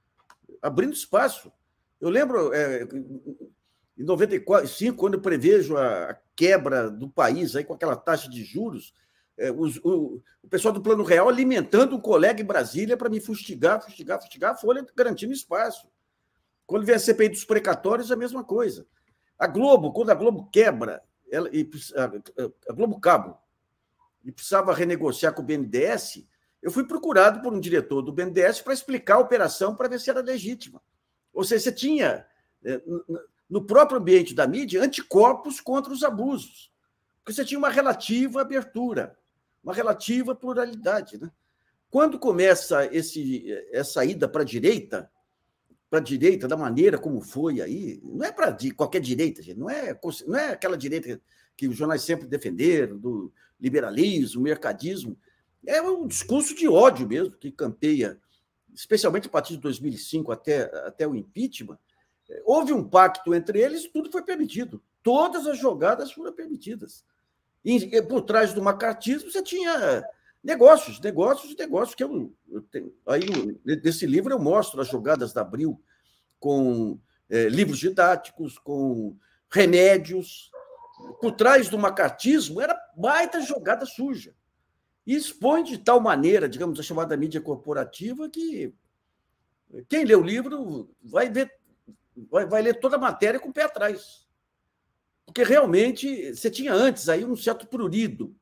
Eu lembro, em 95, quando eu prevejo a quebra do país aí, com aquela taxa de juros, o pessoal do Plano Real alimentando um colega em Brasília para me fustigar, a Folha garantindo espaço. Quando vem a CPI dos precatórios, é a mesma coisa. A Globo, quando a Globo quebra, a Globo Cabo, e precisava renegociar com o BNDES, eu fui procurado por um diretor do BNDES para explicar a operação para ver se era legítima. Ou seja, você tinha, no próprio ambiente da mídia, anticorpos contra os abusos. Porque você tinha uma relativa abertura, uma relativa pluralidade, né? Quando começa essa ida para a direita, da maneira como foi aí, não é para qualquer direita, gente, não é aquela direita que os jornais sempre defenderam, do liberalismo, mercadismo, é um discurso de ódio mesmo, que campeia, especialmente a partir de 2005 até o impeachment. Houve um pacto entre eles e tudo foi permitido. Todas as jogadas foram permitidas. E por trás do macartismo você tinha negócios, que eu tenho. Aí, nesse livro, eu mostro as jogadas da Abril com livros didáticos, com remédios. Por trás do macartismo era baita jogada suja. E expõe de tal maneira, digamos, a chamada mídia corporativa, que quem lê o livro vai ler toda a matéria com o pé atrás. Porque realmente você tinha antes aí um certo prurido.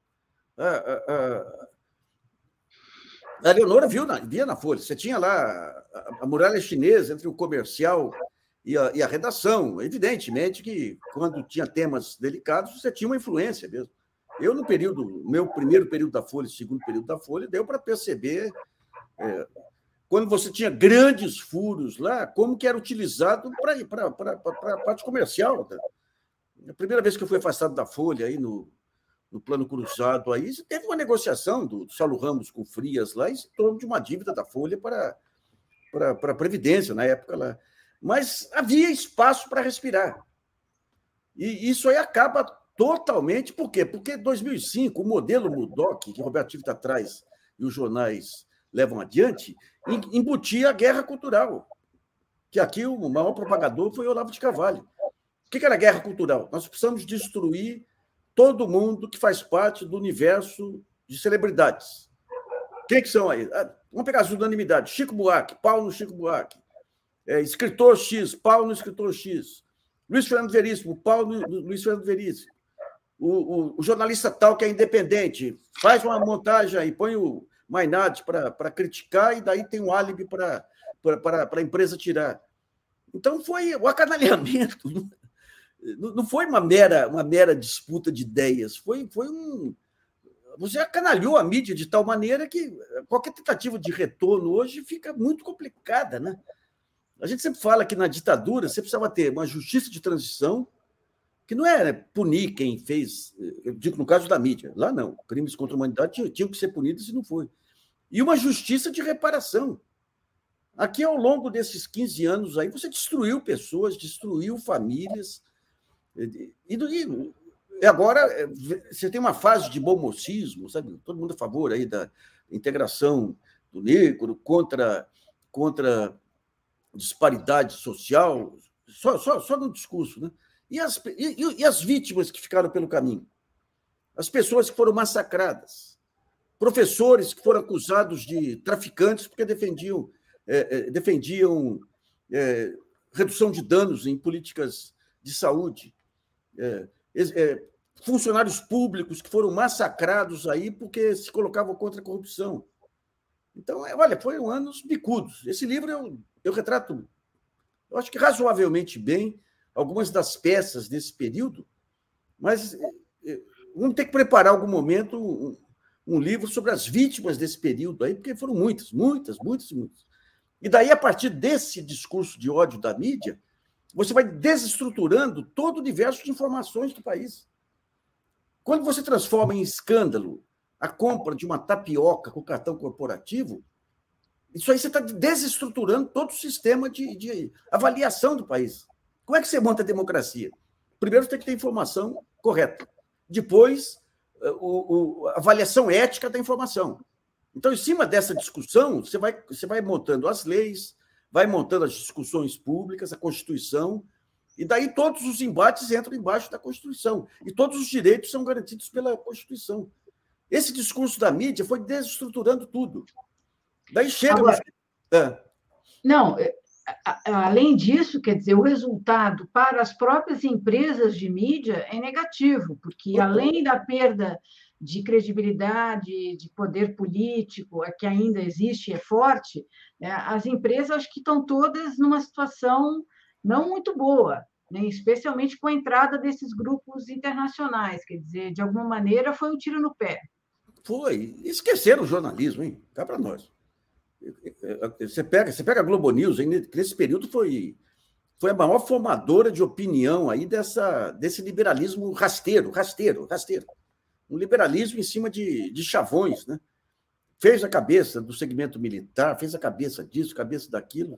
A Leonora via na Folha. Você tinha lá a muralha chinesa entre o comercial e a redação. Evidentemente que, quando tinha temas delicados, você tinha uma influência mesmo. Eu, no meu primeiro período da Folha, segundo período da Folha, deu para perceber, quando você tinha grandes furos lá, como que era utilizado para a parte comercial. A primeira vez que eu fui afastado da Folha, aí no Plano Cruzado, aí teve uma negociação do Saulo Ramos com Frias lá, em torno de uma dívida da Folha para a Previdência, na época lá. mas havia espaço para respirar. E isso aí acaba totalmente. Por quê? Porque em 2005, o modelo Murdoch, que Roberto Tivita traz e os jornais levam adiante, embutia a guerra cultural, que aqui o maior propagador foi Olavo de Carvalho. O que era a guerra cultural? Nós precisamos destruir todo mundo que faz parte do universo de celebridades. Quem que são aí? Vamos pegar as unanimidades. Chico Buarque, pau no Chico Buarque. Escritor X, pau no escritor X. Luiz Fernando Veríssimo, pau no Luiz Fernando Veríssimo. O jornalista tal que é independente, faz uma montagem aí, põe o Mainardi para criticar e daí tem um álibi para a empresa tirar. Então, foi o acanalhamento. Não foi uma mera disputa de ideias, foi um... Você acanalhou a mídia de tal maneira que qualquer tentativa de retorno hoje fica muito complicada, né? A gente sempre fala que na ditadura você precisava ter uma justiça de transição, que não é punir quem fez, eu digo no caso da mídia, lá não, crimes contra a humanidade tinham que ser punidos e não foi. E uma justiça de reparação. Aqui, ao longo desses 15 anos, aí, você destruiu pessoas, destruiu famílias, e agora você tem uma fase de bom mocismo, sabe? Todo mundo a favor aí da integração do negro contra disparidade social, só no discurso, né? E as vítimas que ficaram pelo caminho? As pessoas que foram massacradas, professores que foram acusados de traficantes porque defendiam redução de danos em políticas de saúde, funcionários públicos que foram massacrados aí porque se colocavam contra a corrupção. Então, olha, foram anos bicudos. Esse livro eu retrato, eu acho que razoavelmente bem, algumas das peças desse período, mas vamos ter que preparar algum momento um livro sobre as vítimas desse período aí, porque foram muitas. E daí, a partir desse discurso de ódio da mídia, você vai desestruturando todo o universo de informações do país. Quando você transforma em escândalo a compra de uma tapioca com cartão corporativo, isso aí você está desestruturando todo o sistema de avaliação do país. Como é que você monta a democracia? Primeiro, você tem que ter informação correta. Depois, a avaliação ética da informação. Então, em cima dessa discussão, você vai montando as leis, vai montando as discussões públicas, a Constituição, e daí todos os embates entram embaixo da Constituição, e todos os direitos são garantidos pela Constituição. Esse discurso da mídia foi desestruturando tudo. Daí chega...
Agora, não, além disso, quer dizer, o resultado para as próprias empresas de mídia é negativo, porque além da perda de credibilidade, de poder político, que ainda existe e é forte, as empresas acho que estão todas numa situação não muito boa, né? Especialmente com a entrada desses grupos internacionais, quer dizer, de alguma maneira foi um tiro no pé.
Foi. Esqueceram o jornalismo, hein? Cá para nós. Você pega a Globo News, nesse período foi a maior formadora de opinião aí desse liberalismo rasteiro. Um liberalismo em cima de chavões, né? Fez a cabeça do segmento militar, fez a cabeça disso, cabeça daquilo.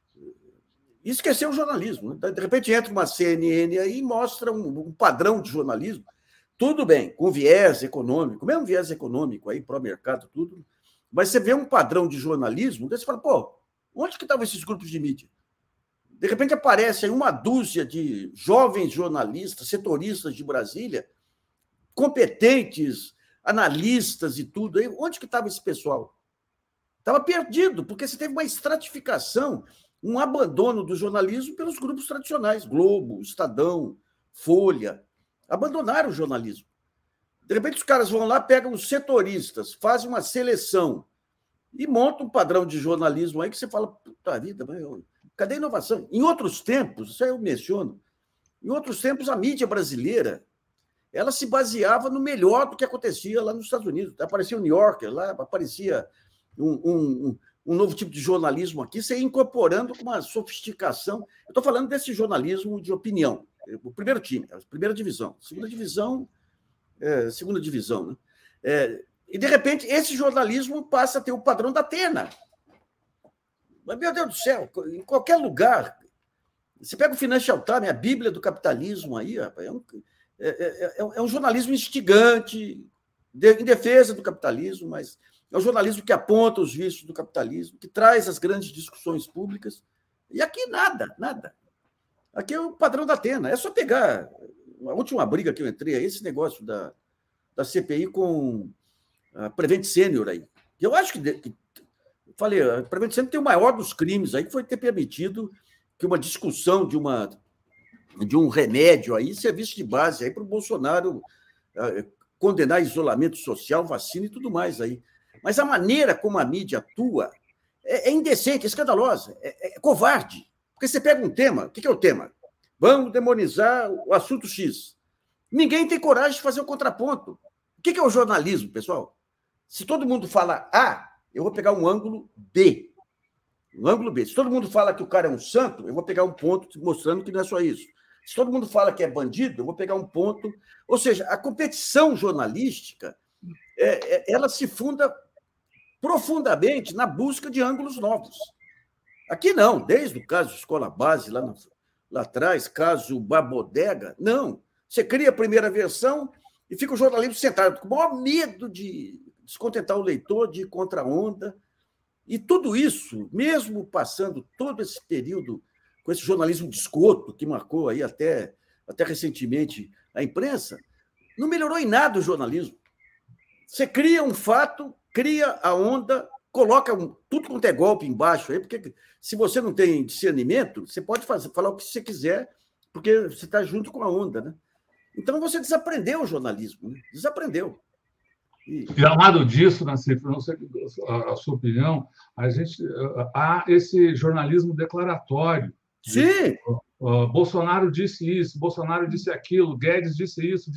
E esqueceu o jornalismo. Né? De repente entra uma CNN aí e mostra um padrão de jornalismo. Tudo bem, com viés econômico, mesmo viés econômico aí, pró-mercado, tudo. Mas você vê um padrão de jornalismo, daí você fala, pô, onde que estavam esses grupos de mídia? De repente aparece aí uma dúzia de jovens jornalistas, setoristas de Brasília, competentes, analistas e tudo. Aí, onde que estava esse pessoal? Estava perdido, porque você teve uma estratificação, um abandono do jornalismo pelos grupos tradicionais, Globo, Estadão, Folha, abandonaram o jornalismo. De repente, os caras vão lá, pegam os setoristas, fazem uma seleção e montam um padrão de jornalismo aí que você fala, puta vida, cadê a inovação? Em outros tempos, isso aí eu menciono, em outros tempos a mídia brasileira ela se baseava no melhor do que acontecia lá nos Estados Unidos. Aparecia o New Yorker, lá aparecia um novo tipo de jornalismo aqui, você ia incorporando com uma sofisticação. Eu estou falando desse jornalismo de opinião. O primeiro time, a primeira divisão. Segunda divisão. Né? E, de repente, esse jornalismo passa a ter o padrão da Atena. Mas, meu Deus do céu, em qualquer lugar, Você pega o Financial Times, a Bíblia do capitalismo aí, rapaz, é um jornalismo instigante, em defesa do capitalismo, mas é um jornalismo que aponta os vícios do capitalismo, que traz as grandes discussões públicas. E aqui nada, nada. Aqui é o padrão da Atena. É só pegar a última briga que eu entrei, é esse negócio da CPI com a Prevent Senior aí. Eu acho que falei, a Prevent Senior tem o maior dos crimes aí, que foi ter permitido que uma discussão de um remédio aí serviço de base aí para o Bolsonaro condenar isolamento social, vacina e tudo mais aí. Mas a maneira como a mídia atua é indecente, é escandalosa, é covarde. Porque você pega um tema, o que é o tema? Vamos demonizar o assunto X. Ninguém tem coragem de fazer o contraponto. O que é o jornalismo, pessoal? Se todo mundo fala A, eu vou pegar um ângulo B. Um ângulo B. Se todo mundo fala que o cara é um santo, eu vou pegar um ponto mostrando que não é só isso. Se todo mundo fala que é bandido, eu vou pegar um ponto. Ou seja, a competição jornalística ela se funda profundamente na busca de ângulos novos. Aqui não, desde o caso Escola Base, lá atrás, caso Babodega, não. Você cria a primeira versão e fica o jornalismo sentado com o maior medo de descontentar o leitor, de ir contra a onda. E tudo isso, mesmo passando todo esse período com esse jornalismo de esgoto que marcou aí até recentemente a imprensa, não melhorou em nada o jornalismo. Você cria um fato, cria a onda, coloca tudo quanto é golpe embaixo aí, porque se você não tem discernimento, você pode falar o que você quiser, porque você está junto com a onda, né? Então você desaprendeu o jornalismo, né? Desaprendeu.
E ao lado disso, Nassif, não sei a sua opinião, há esse jornalismo declaratório.
Sim.
Bolsonaro disse isso, Bolsonaro disse aquilo, Guedes disse isso,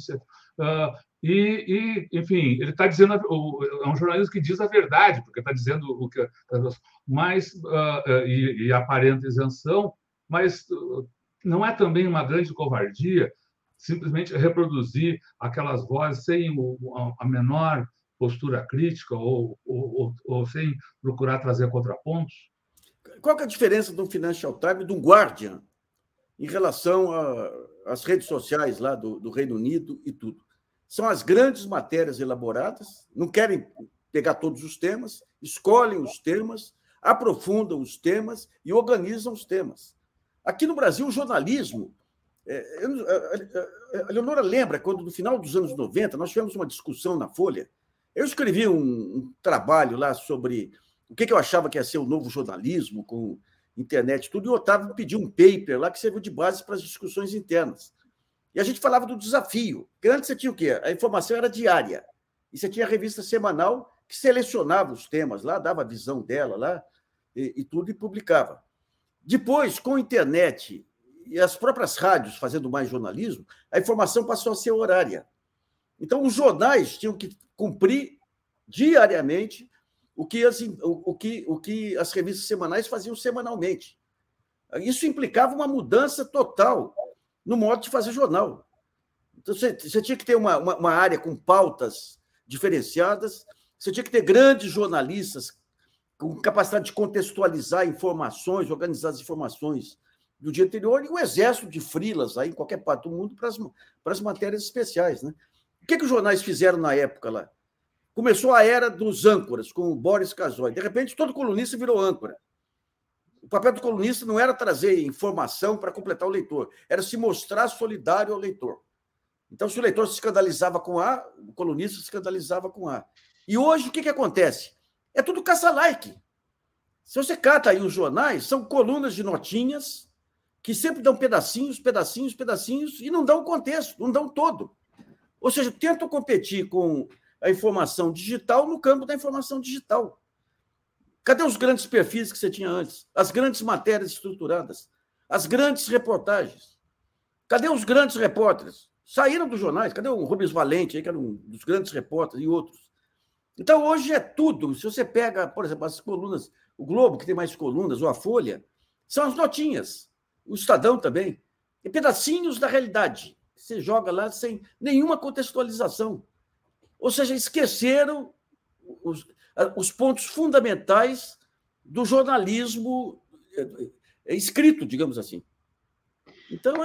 enfim, ele está dizendo, é um jornalismo que diz a verdade, porque está dizendo o que, mas e aparenta isenção, mas não é também uma grande covardia simplesmente reproduzir aquelas vozes sem a menor postura crítica ou sem procurar trazer contrapontos?
Qual que é a diferença de um Financial Times e de um Guardian em relação às redes sociais lá do Reino Unido e tudo? São as grandes matérias elaboradas, não querem pegar todos os temas, escolhem os temas, aprofundam os temas e organizam os temas. Aqui no Brasil, o jornalismo... A Leonora lembra quando, no final dos anos 90, nós tivemos uma discussão na Folha. Eu escrevi um trabalho lá sobre o que eu achava que ia ser o novo jornalismo, com internet e tudo, e o Otávio pediu um paper lá que serviu de base para as discussões internas. E a gente falava do desafio. Porque antes você tinha o quê? A informação era diária. E você tinha a revista semanal que selecionava os temas lá, dava a visão dela lá e tudo, e publicava. Depois, com a internet e as próprias rádios fazendo mais jornalismo, a informação passou a ser horária. Então, os jornais tinham que cumprir diariamente o que as revistas semanais faziam semanalmente. Isso implicava uma mudança total no modo de fazer jornal. Então, você tinha que ter uma área com pautas diferenciadas, você tinha que ter grandes jornalistas com capacidade de contextualizar informações, organizar as informações do dia anterior, e um exército de freelas aí em qualquer parte do mundo para as matérias especiais, né? O que os jornais fizeram na época lá? Começou a era dos âncoras, com o Boris Casoy. De repente, todo colunista virou âncora. O papel do colunista não era trazer informação para completar o leitor, era se mostrar solidário ao leitor. Então, se o leitor se escandalizava com A, o colunista se escandalizava com A. E hoje, o que acontece? É tudo caça-like. Se você cata aí os jornais, são colunas de notinhas que sempre dão pedacinhos, pedacinhos, pedacinhos, e não dão o contexto, não dão todo. Ou seja, tentam competir com a informação digital no campo da informação digital. Cadê os grandes perfis que você tinha antes? As grandes matérias estruturadas? As grandes reportagens? Cadê os grandes repórteres? Saíram dos jornais. Cadê o Rubens Valente, aí, que era um dos grandes repórteres, e outros? Então, hoje é tudo. Se você pega, por exemplo, as colunas, o Globo, que tem mais colunas, ou a Folha, são as notinhas. O Estadão também. E pedacinhos da realidade. Você joga lá sem nenhuma contextualização. Ou seja, esqueceram os pontos fundamentais do jornalismo escrito, digamos assim. Então,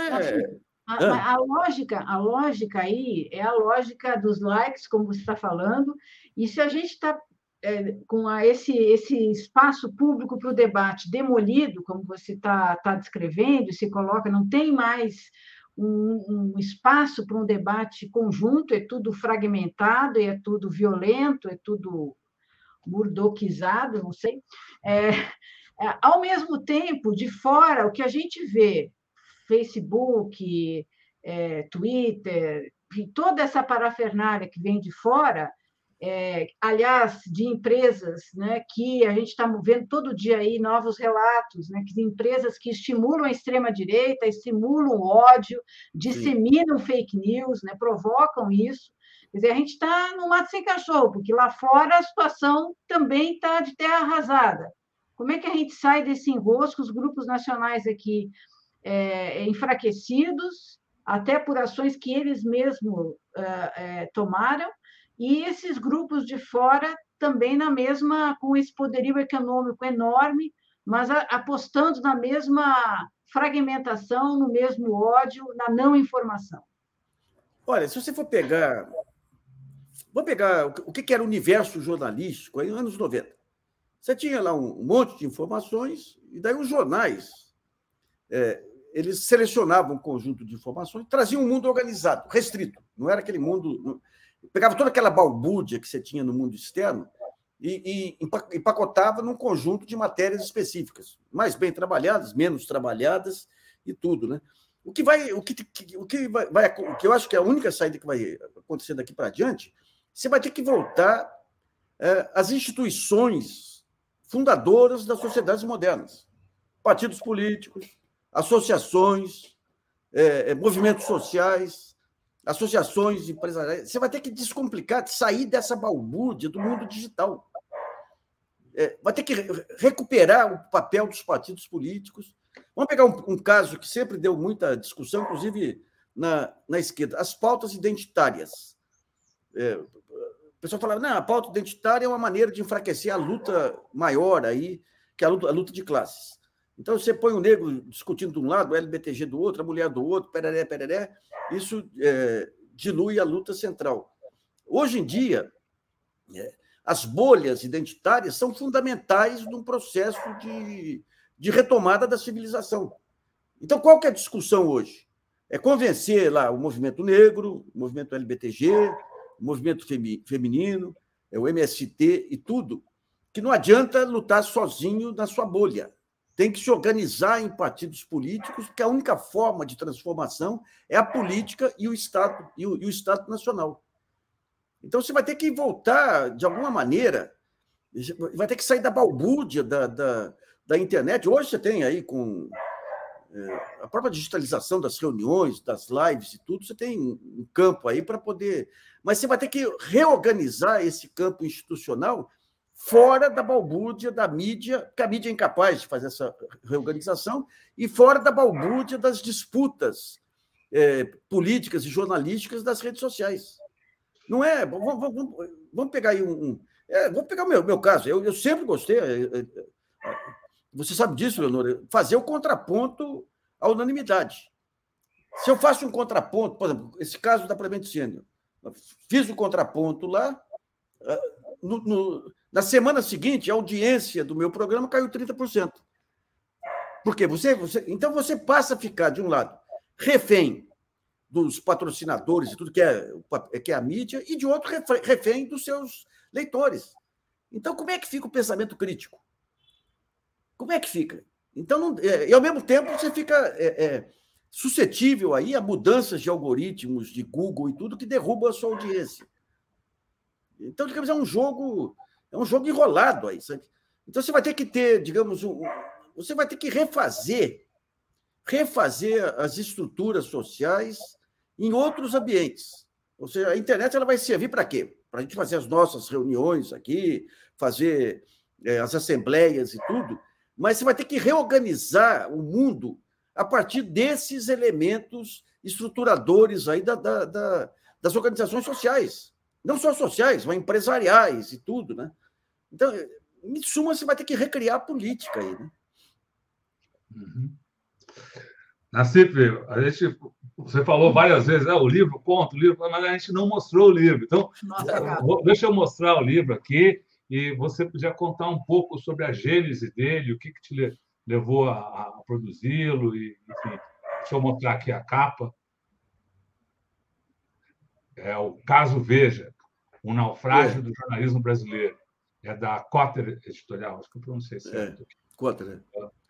A lógica aí é a lógica dos likes, como você está falando, e se a gente está com esse espaço público para o debate demolido, como você está descrevendo, se coloca, não tem mais um espaço para um debate conjunto, é tudo fragmentado, é tudo violento, é tudo murdoquizado, não sei. Ao mesmo tempo, de fora, o que a gente vê, Facebook, Twitter, toda essa parafernália que vem de fora, aliás, de empresas, né, que a gente está vendo todo dia aí novos relatos, né, de empresas que estimulam a extrema-direita, estimulam o ódio, disseminam fake news, né, provocam isso. Quer dizer, a gente está no mato sem cachorro, porque lá fora a situação também está de terra arrasada. Como é que a gente sai desse enrosco, os grupos nacionais aqui enfraquecidos, até por ações que eles mesmos tomaram, e esses grupos de fora também com esse poderio econômico enorme, mas apostando na mesma fragmentação, no mesmo ódio, na não informação.
Olha, se você for pegar... Vamos pegar o que era o universo jornalístico aí nos anos 90. Você tinha lá um monte de informações, e daí os jornais eles selecionavam um conjunto de informações, traziam um mundo organizado, restrito. Não era aquele mundo... Pegava toda aquela balbúrdia que você tinha no mundo externo e empacotava num conjunto de matérias específicas, mais bem trabalhadas, menos trabalhadas e tudo, né? O que eu acho que é a única saída que vai acontecer daqui para adiante, você vai ter que voltar às instituições fundadoras das sociedades modernas, partidos políticos, associações, movimentos sociais, associações empresariais. Você vai ter que descomplicar, sair dessa balbúrdia do mundo digital. Vai ter que recuperar o papel dos partidos políticos. Vamos pegar um caso que sempre deu muita discussão, inclusive na esquerda, as pautas identitárias. O pessoal falava, não, a pauta identitária é uma maneira de enfraquecer a luta maior aí, que é a luta de classes. Então, você põe o negro discutindo de um lado, o LBTG do outro, a mulher do outro, pereré, isso dilui a luta central. Hoje em dia, as bolhas identitárias são fundamentais num processo de retomada da civilização. Então, qual que é a discussão hoje? É convencer lá o movimento negro, o movimento LBTG, o movimento feminino, o MST e tudo, que não adianta lutar sozinho na sua bolha. Tem que se organizar em partidos políticos, porque a única forma de transformação é a política e o Estado, e o Estado Nacional. Então, você vai ter que voltar, de alguma maneira, vai ter que sair da balbúrdia da internet. Hoje você tem aí, com a própria digitalização das reuniões, das lives e tudo, você tem um campo aí para poder... Mas você vai ter que reorganizar esse campo institucional fora da balbúrdia da mídia, porque a mídia é incapaz de fazer essa reorganização, e fora da balbúrdia das disputas políticas e jornalísticas das redes sociais. Não é? Vamos pegar aí vamos pegar o meu caso. Eu sempre gostei, você sabe disso, Leonora, fazer o contraponto à unanimidade. Se eu faço um contraponto, por exemplo, esse caso da Prevent Senior, fiz o contraponto lá, na semana seguinte, a audiência do meu programa caiu 30%. Por quê? Então, você passa a ficar, de um lado, refém dos patrocinadores e tudo que é a mídia, e, de outro, refém dos seus leitores. Então, como é que fica o pensamento crítico? Como é que fica? Então, e, ao mesmo tempo, você fica suscetível aí a mudanças de algoritmos de Google e tudo que derrubam a sua audiência. Então, digamos, é um jogo enrolado aí, sabe? Então, você vai ter que ter, digamos, você vai ter que refazer as estruturas sociais em outros ambientes. Ou seja, a internet ela vai servir para quê? Para a gente fazer as nossas reuniões aqui, fazer as assembleias e tudo, mas você vai ter que reorganizar o mundo a partir desses elementos estruturadores aí das organizações sociais. Não só sociais, mas empresariais e tudo, né? Então, em suma, você vai ter que recriar a política aí, né?
Uhum. Nassif, você falou várias vezes, o livro, conta, o livro, mas a gente não mostrou o livro. Então,
Nossa,
deixa eu mostrar o livro aqui e você podia contar um pouco sobre a gênese dele, o que te levou a produzi-lo, e, enfim. Deixa eu mostrar aqui a capa. É o Caso Veja, um naufrágio do jornalismo brasileiro. É da Cotter Editorial, acho que eu pronunciei certo.
Cotter.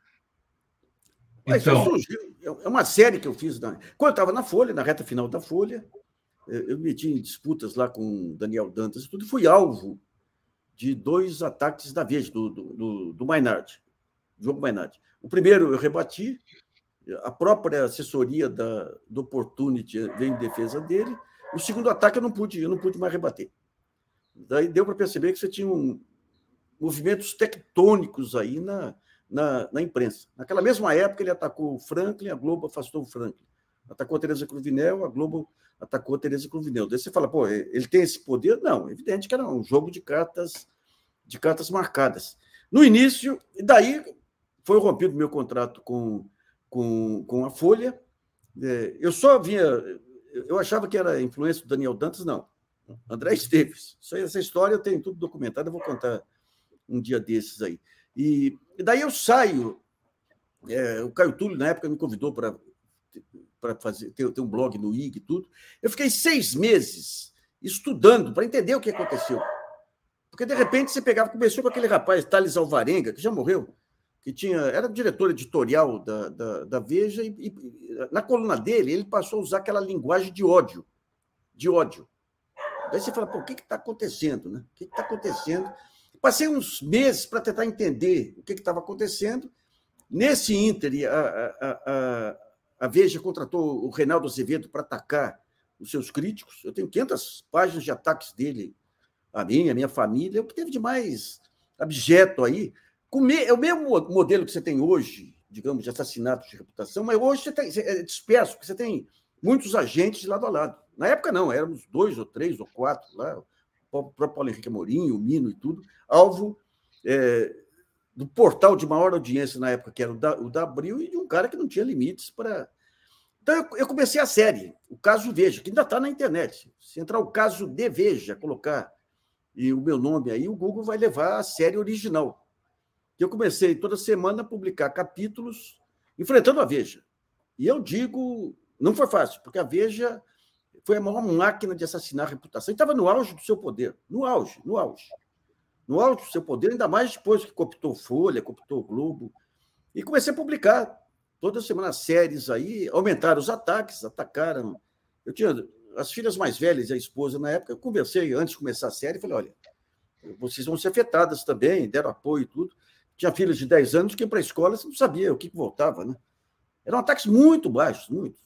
Então,
surgiu, é uma série que eu fiz. Quando eu estava na Folha, na reta final da Folha, eu me meti em disputas lá com Daniel Dantas e tudo, e fui alvo de 2 ataques da Veja, do Mainardi, Diogo Mainardi. O primeiro eu rebati, a própria assessoria do Opportunity veio em defesa dele. O segundo ataque eu não pude mais rebater. Daí deu para perceber que você tinha movimentos tectônicos aí na imprensa. Naquela mesma época, ele atacou o Franklin, a Globo afastou o Franklin. Atacou a Tereza Cruvinel, a Globo atacou a Tereza Cruvinel. Daí você fala, pô, ele tem esse poder? Não, é evidente que era um jogo de cartas marcadas. No início, e daí foi rompido meu contrato com a Folha. Eu achava que era influência do Daniel Dantas, não. André Esteves. Essa história eu tenho tudo documentado, eu vou contar um dia desses aí. E daí eu saio. O Caio Túlio, na época, me convidou para ter um blog no IG e tudo. Eu fiquei 6 meses estudando para entender o que aconteceu. Porque, de repente, começou com aquele rapaz, Thales Alvarenga, que já morreu, que era diretor editorial da Veja, e na coluna dele, ele passou a usar aquela linguagem de ódio. Daí você fala, pô, o que está acontecendo? Né? O que está acontecendo? Passei uns meses para tentar entender o que estava acontecendo. Nesse ínterim, a Veja contratou o Reinaldo Azevedo para atacar os seus críticos. Eu tenho 500 páginas de ataques dele, a minha família. O que teve de mais abjeto aí? É o mesmo modelo que você tem hoje, digamos, de assassinato de reputação, mas hoje você é disperso, porque você tem muitos agentes de lado a lado. Na época, não, éramos 2 ou 3 ou 4 lá, o próprio Paulo Henrique Amorim, o Mino e tudo, alvo do portal de maior audiência na época, que era o da Abril, e de um cara que não tinha limites para... Então, eu comecei a série, o Caso Veja, que ainda está na internet. Se entrar o Caso de Veja, colocar e o meu nome aí, o Google vai levar a série original. Eu comecei toda semana a publicar capítulos enfrentando a Veja. E eu digo, não foi fácil, porque a Veja foi a maior máquina de assassinar a reputação. E estava no auge do seu poder, no auge do seu poder, ainda mais depois que cooptou Folha, cooptou Globo. E comecei a publicar toda semana séries aí, aumentaram os ataques, atacaram. Eu tinha as filhas mais velhas e a esposa na época, eu conversei antes de começar a série, falei, olha, vocês vão ser afetadas também, deram apoio e tudo. Tinha filhas de 10 anos que iam para a escola, você não sabia o que voltava, né? Eram ataques muito baixos, muito.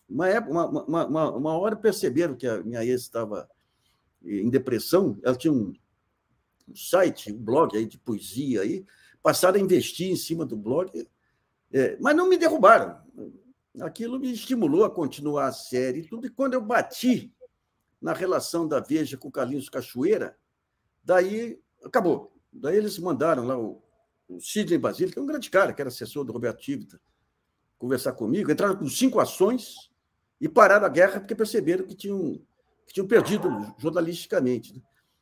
Uma hora perceberam que a minha ex estava em depressão, ela tinha um site, um blog aí de poesia, aí, passaram a investir em cima do blog, mas não me derrubaram. Aquilo me estimulou a continuar a série e tudo. E quando eu bati na relação da Veja com o Carlinhos Cachoeira, daí acabou. Daí eles mandaram lá o Sidney Basílio, que é um grande cara, que era assessor do Roberto Tivita, conversar comigo, entraram com 5 ações e pararam a guerra porque perceberam que tinham perdido jornalisticamente. Né?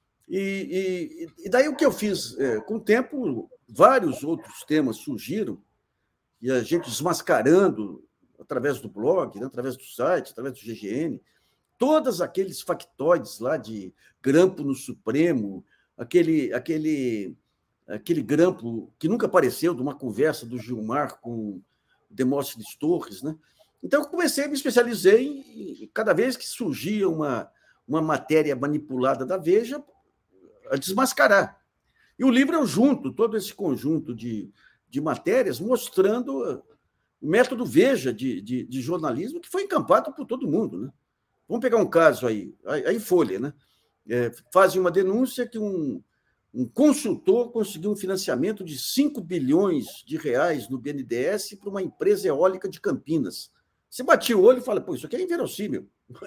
E daí o que eu fiz? Com o tempo, vários outros temas surgiram e a gente desmascarando através do blog, né, através do site, através do GGN, todos aqueles factoides lá de grampo no Supremo, aquele grampo que nunca apareceu de uma conversa do Gilmar com Demóstenes Torres, né? Então, eu me especializei em cada vez que surgia uma matéria manipulada da Veja, a desmascarar. E o livro eu junto todo esse conjunto de matérias mostrando o método Veja de jornalismo que foi encampado por todo mundo. Né? Vamos pegar um caso aí, a Folha, né? Fazem uma denúncia que um consultor conseguiu um financiamento de 5 bilhões de reais no BNDES para uma empresa eólica de Campinas. Você bate o olho e fala, pô, isso aqui é inverossímil.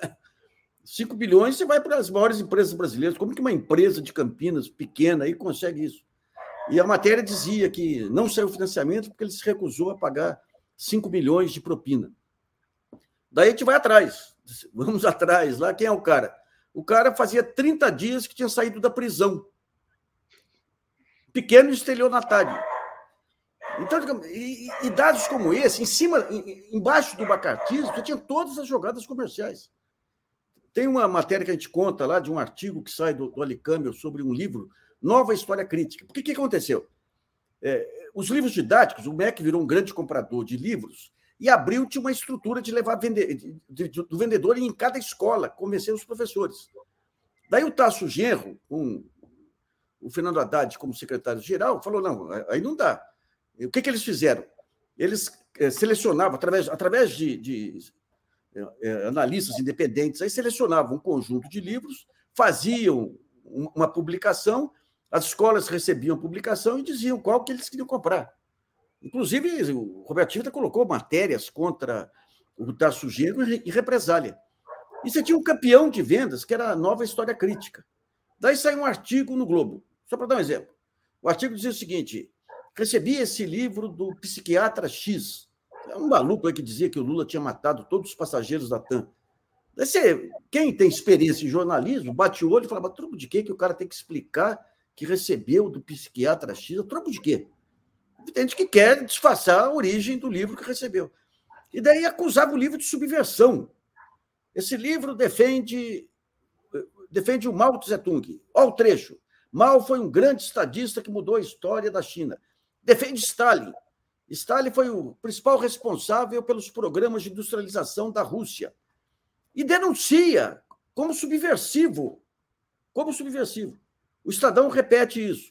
5 bilhões, você vai para as maiores empresas brasileiras. Como que uma empresa de Campinas, pequena, aí consegue isso? E a matéria dizia que não saiu financiamento porque ele se recusou a pagar 5 milhões de propina. Daí a gente vai atrás. Vamos atrás. Lá, quem é o cara? O cara fazia 30 dias que tinha saído da prisão. Pequeno estelionatário. Então, e dados como esse, embaixo do macartismo, você tinha todas as jogadas comerciais. Tem uma matéria que a gente conta lá, de um artigo que sai do Alicâmbio sobre um livro, Nova História Crítica. Porque o que aconteceu? Os livros didáticos, o MEC virou um grande comprador de livros e abriu uma estrutura de levar do vendedor em cada escola, convencer os professores. Daí o Tasso Genro, com o Fernando Haddad como secretário-geral, falou, não, aí não dá. O que eles fizeram? Eles selecionavam, através de analistas independentes, aí selecionavam um conjunto de livros, faziam uma publicação, as escolas recebiam a publicação e diziam qual que eles queriam comprar. Inclusive, o Roberto Tivita colocou matérias contra o Tasso Genro em represália. E você tinha um campeão de vendas, que era a Nova História Crítica. Daí saiu um artigo no Globo, só para dar um exemplo. O artigo dizia o seguinte: recebi esse livro do psiquiatra X. É um maluco aí que dizia que o Lula tinha matado todos os passageiros da TAM. Quem tem experiência em jornalismo bate o olho e fala, mas troco de quê que o cara tem que explicar que recebeu do psiquiatra X? Troco de quê? Tem gente que quer disfarçar a origem do livro que recebeu. E daí acusava o livro de subversão. Esse livro defende o Mao Tse-tung. Olha o trecho. Mao foi um grande estadista que mudou a história da China. Defende Stalin. Stalin foi o principal responsável pelos programas de industrialização da Rússia. E denuncia como subversivo. Como subversivo. O Estadão repete isso.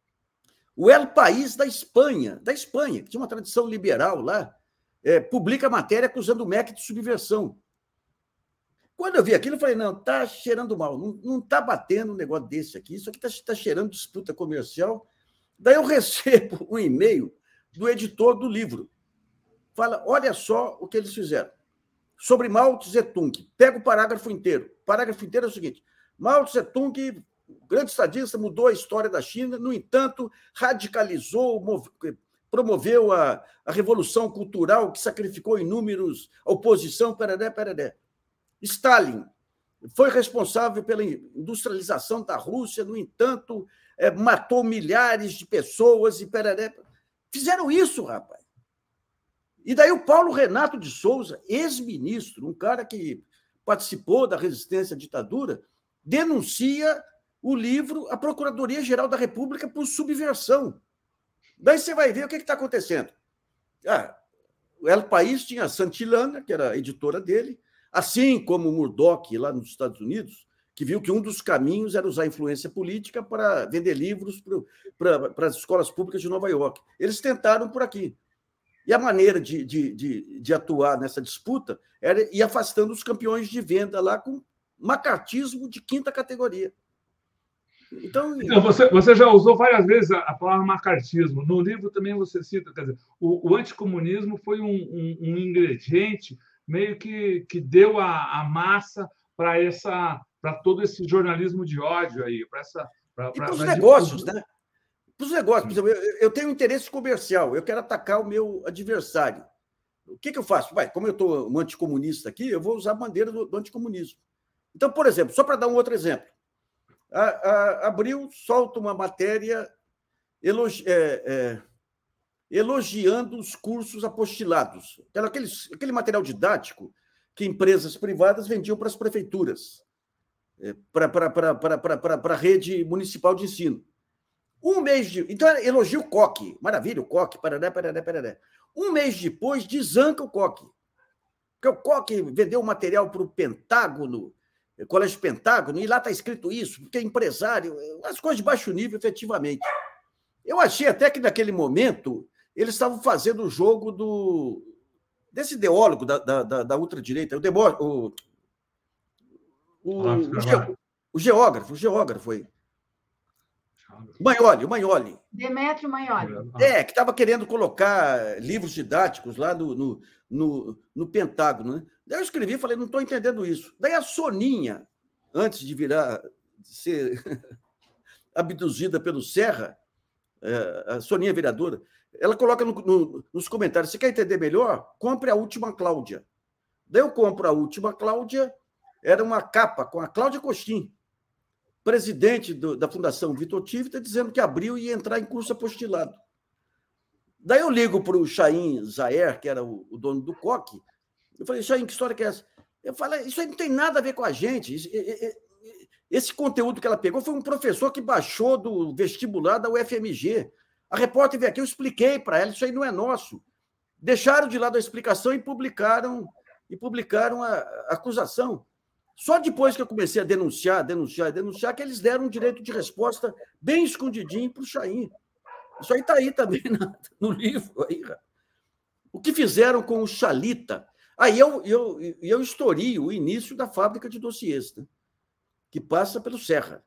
O El País da Espanha, que tinha uma tradição liberal lá, publica matéria acusando o MEC de subversão. Quando eu vi aquilo, eu falei, não, está cheirando mal, não está batendo um negócio desse aqui, isso aqui está cheirando disputa comercial. Daí eu recebo um e-mail do editor do livro. Fala, olha só o que eles fizeram. Sobre Mao Tse-tung. Pega o parágrafo inteiro. O parágrafo inteiro é o seguinte: Mao Tse-tung, grande estadista, mudou a história da China, no entanto, radicalizou, promoveu a revolução cultural que sacrificou inúmeros a oposição, pereré. Stalin foi responsável pela industrialização da Rússia, no entanto, matou milhares de pessoas e pereré. Fizeram isso, rapaz. E daí o Paulo Renato de Souza, ex-ministro, um cara que participou da resistência à ditadura, denuncia o livro à Procuradoria-Geral da República por subversão. Daí você vai ver o que está acontecendo. O El País tinha a Santillana, que era a editora dele, assim como o Murdoch, lá nos Estados Unidos, que viu que um dos caminhos era usar a influência política para vender livros para as escolas públicas de Nova York. Eles tentaram por aqui. E a maneira de atuar nessa disputa era ir afastando os campeões de venda lá com macartismo de quinta categoria. Então,
você já usou várias vezes a palavra macartismo. No livro também você cita, quer dizer, o anticomunismo foi um ingrediente meio que deu a massa para todo esse jornalismo de ódio aí,
para os negócios, né? Para os negócios. Por exemplo, eu tenho um interesse comercial, eu quero atacar o meu adversário. O que eu faço? Como eu estou um anticomunista aqui, eu vou usar a bandeira do anticomunismo. Então, por exemplo, só para dar um outro exemplo, a Abril solta uma matéria elogiando os cursos apostilados, aquele material didático que empresas privadas vendiam para as prefeituras, para a rede municipal de ensino. Então, elogia o Coque, maravilha, o Coque, pararé. Um mês depois, desanca o Coque, porque o Coque vendeu material para o Pentágono, Colégio Pentágono, e lá está escrito isso, porque é empresário, as coisas de baixo nível, efetivamente. Eu achei até que, naquele momento, eles estavam fazendo o jogo desse ideólogo da ultradireita, o geógrafo aí. O Magnoli.
Demétrio Magnoli.
Que estava querendo colocar livros didáticos lá no Pentágono. Né? Daí eu escrevi e falei, não estou entendendo isso. Daí a Soninha, antes de ser abduzida pelo Serra, a Soninha vereadora, ela coloca nos comentários, você quer entender melhor? Compre A Última Cláudia, Daí eu compro a última Cláudia, era uma capa com a Cláudia Costin, presidente da Fundação Vitor Tivita, dizendo que abriu e ia entrar em curso apostilado. Daí eu ligo para o Chaim Zaher, que era o dono do Coque. Eu falei, Chaim, que história que é essa? Eu falei, isso aí não tem nada a ver com a gente. Esse conteúdo que ela pegou foi um professor que baixou do vestibular da UFMG. A repórter veio aqui, eu expliquei para ela, isso aí não é nosso. Deixaram de lado a explicação e publicaram a acusação. Só depois que eu comecei a denunciar, que eles deram um direito de resposta bem escondidinho para o Chaim. Isso aí está aí também no livro. Aí. O que fizeram com o Chalita? Aí eu estourei o início da fábrica de dossiês, né? Que passa pelo Serra.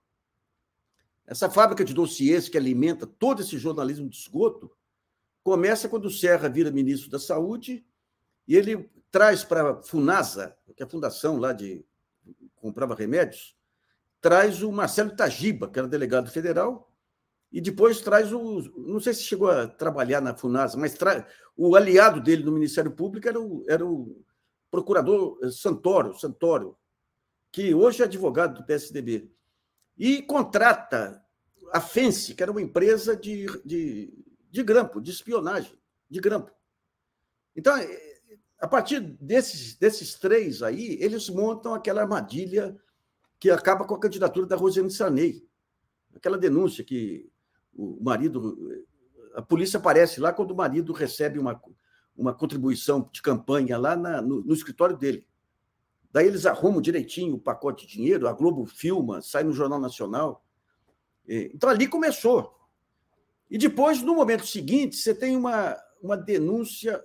Essa fábrica de dossiês que alimenta todo esse jornalismo de esgoto começa quando o Serra vira ministro da Saúde e ele traz para a Funasa, que é a fundação lá de comprava remédios, traz o Marcelo Tajiba, que era delegado federal, e depois traz o... Não sei se chegou a trabalhar na Funasa, mas o aliado dele no Ministério Público era o procurador Santoro, que hoje é advogado do PSDB. E contrata a Fence, que era uma empresa de grampo, de espionagem, de grampo. Então, a partir desses três aí, eles montam aquela armadilha que acaba com a candidatura da Rosiane Sarney. Aquela denúncia que o marido... A polícia aparece lá quando o marido recebe uma contribuição de campanha lá no escritório dele. Daí eles arrumam direitinho o pacote de dinheiro, a Globo filma, sai no Jornal Nacional. Então, ali começou. E depois, no momento seguinte, você tem uma denúncia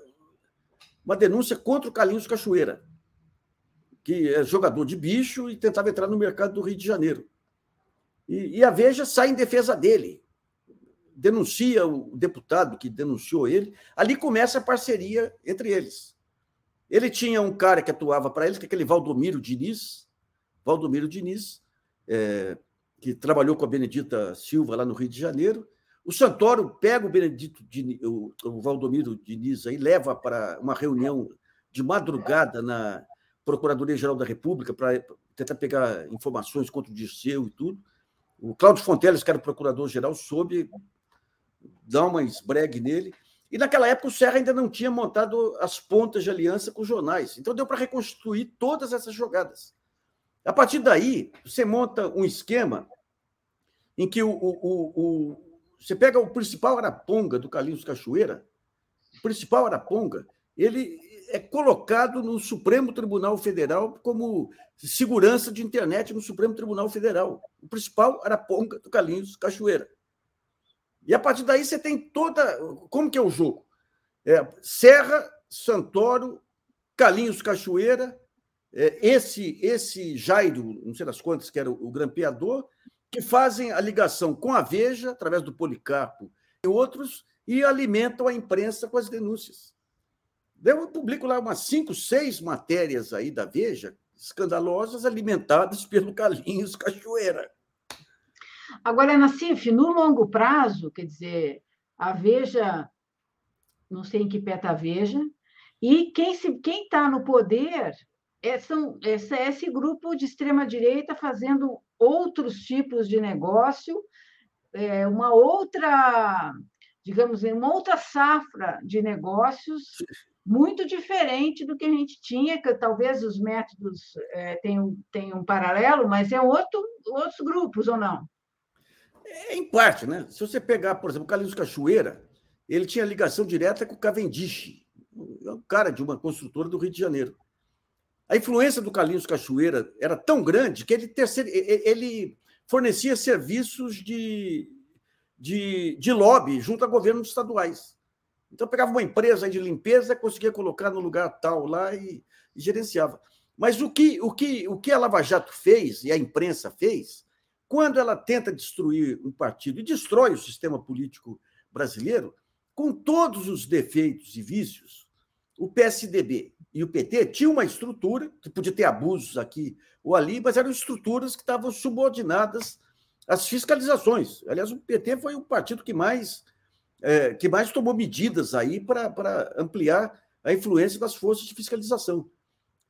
contra o Carlinhos Cachoeira, que é jogador de bicho e tentava entrar no mercado do Rio de Janeiro. E a Veja sai em defesa dele, denuncia o deputado que denunciou ele, ali começa a parceria entre eles. Ele tinha um cara que atuava para ele, que é aquele Valdomiro Diniz, que trabalhou com a Benedita Silva lá no Rio de Janeiro. O Santoro pega o Valdomiro Diniz aí, leva para uma reunião de madrugada na Procuradoria-Geral da República para tentar pegar informações contra o Dirceu e tudo. O Cláudio Fonteles, que era o procurador-geral, soube dar uma esbregue nele. E, naquela época, o Serra ainda não tinha montado as pontas de aliança com os jornais. Então, deu para reconstruir todas essas jogadas. A partir daí, você monta um esquema em que você pega o principal araponga do Carlinhos Cachoeira, ele é colocado no Supremo Tribunal Federal como segurança de internet no Supremo Tribunal Federal. O principal araponga do Carlinhos Cachoeira. E, a partir daí, você tem toda... Como que é o jogo? Serra, Santoro, Carlinhos Cachoeira, esse Jairo, não sei das quantas, que era o grampeador, que fazem a ligação com a Veja, através do Policarpo e outros, e alimentam a imprensa com as denúncias. Eu publico lá umas 5, 6 matérias aí da Veja, escandalosas, alimentadas pelo Carlinhos Cachoeira.
Agora, Nassif, no longo prazo, quer dizer, a Veja, não sei em que pé está a Veja, e quem está no poder é esse grupo de extrema-direita fazendo outros tipos de negócio, uma outra, digamos, uma outra safra de negócios muito diferente do que a gente tinha, que talvez os métodos tenham um paralelo, mas outros grupos, ou não?
Em parte, né? Se você pegar, por exemplo, o Carlinhos Cachoeira, ele tinha ligação direta com o Cavendish, um cara de uma construtora do Rio de Janeiro. A influência do Carlinhos Cachoeira era tão grande que ele fornecia serviços de lobby junto a governos estaduais. Então, pegava uma empresa de limpeza, conseguia colocar no lugar tal lá e gerenciava. Mas o que a Lava Jato fez, e a imprensa fez, quando ela tenta destruir um partido e destrói o sistema político brasileiro, com todos os defeitos e vícios, o PSDB e o PT tinham uma estrutura, que podia ter abusos aqui ou ali, mas eram estruturas que estavam subordinadas às fiscalizações. Aliás, o PT foi o partido que mais tomou medidas aí para ampliar a influência das forças de fiscalização.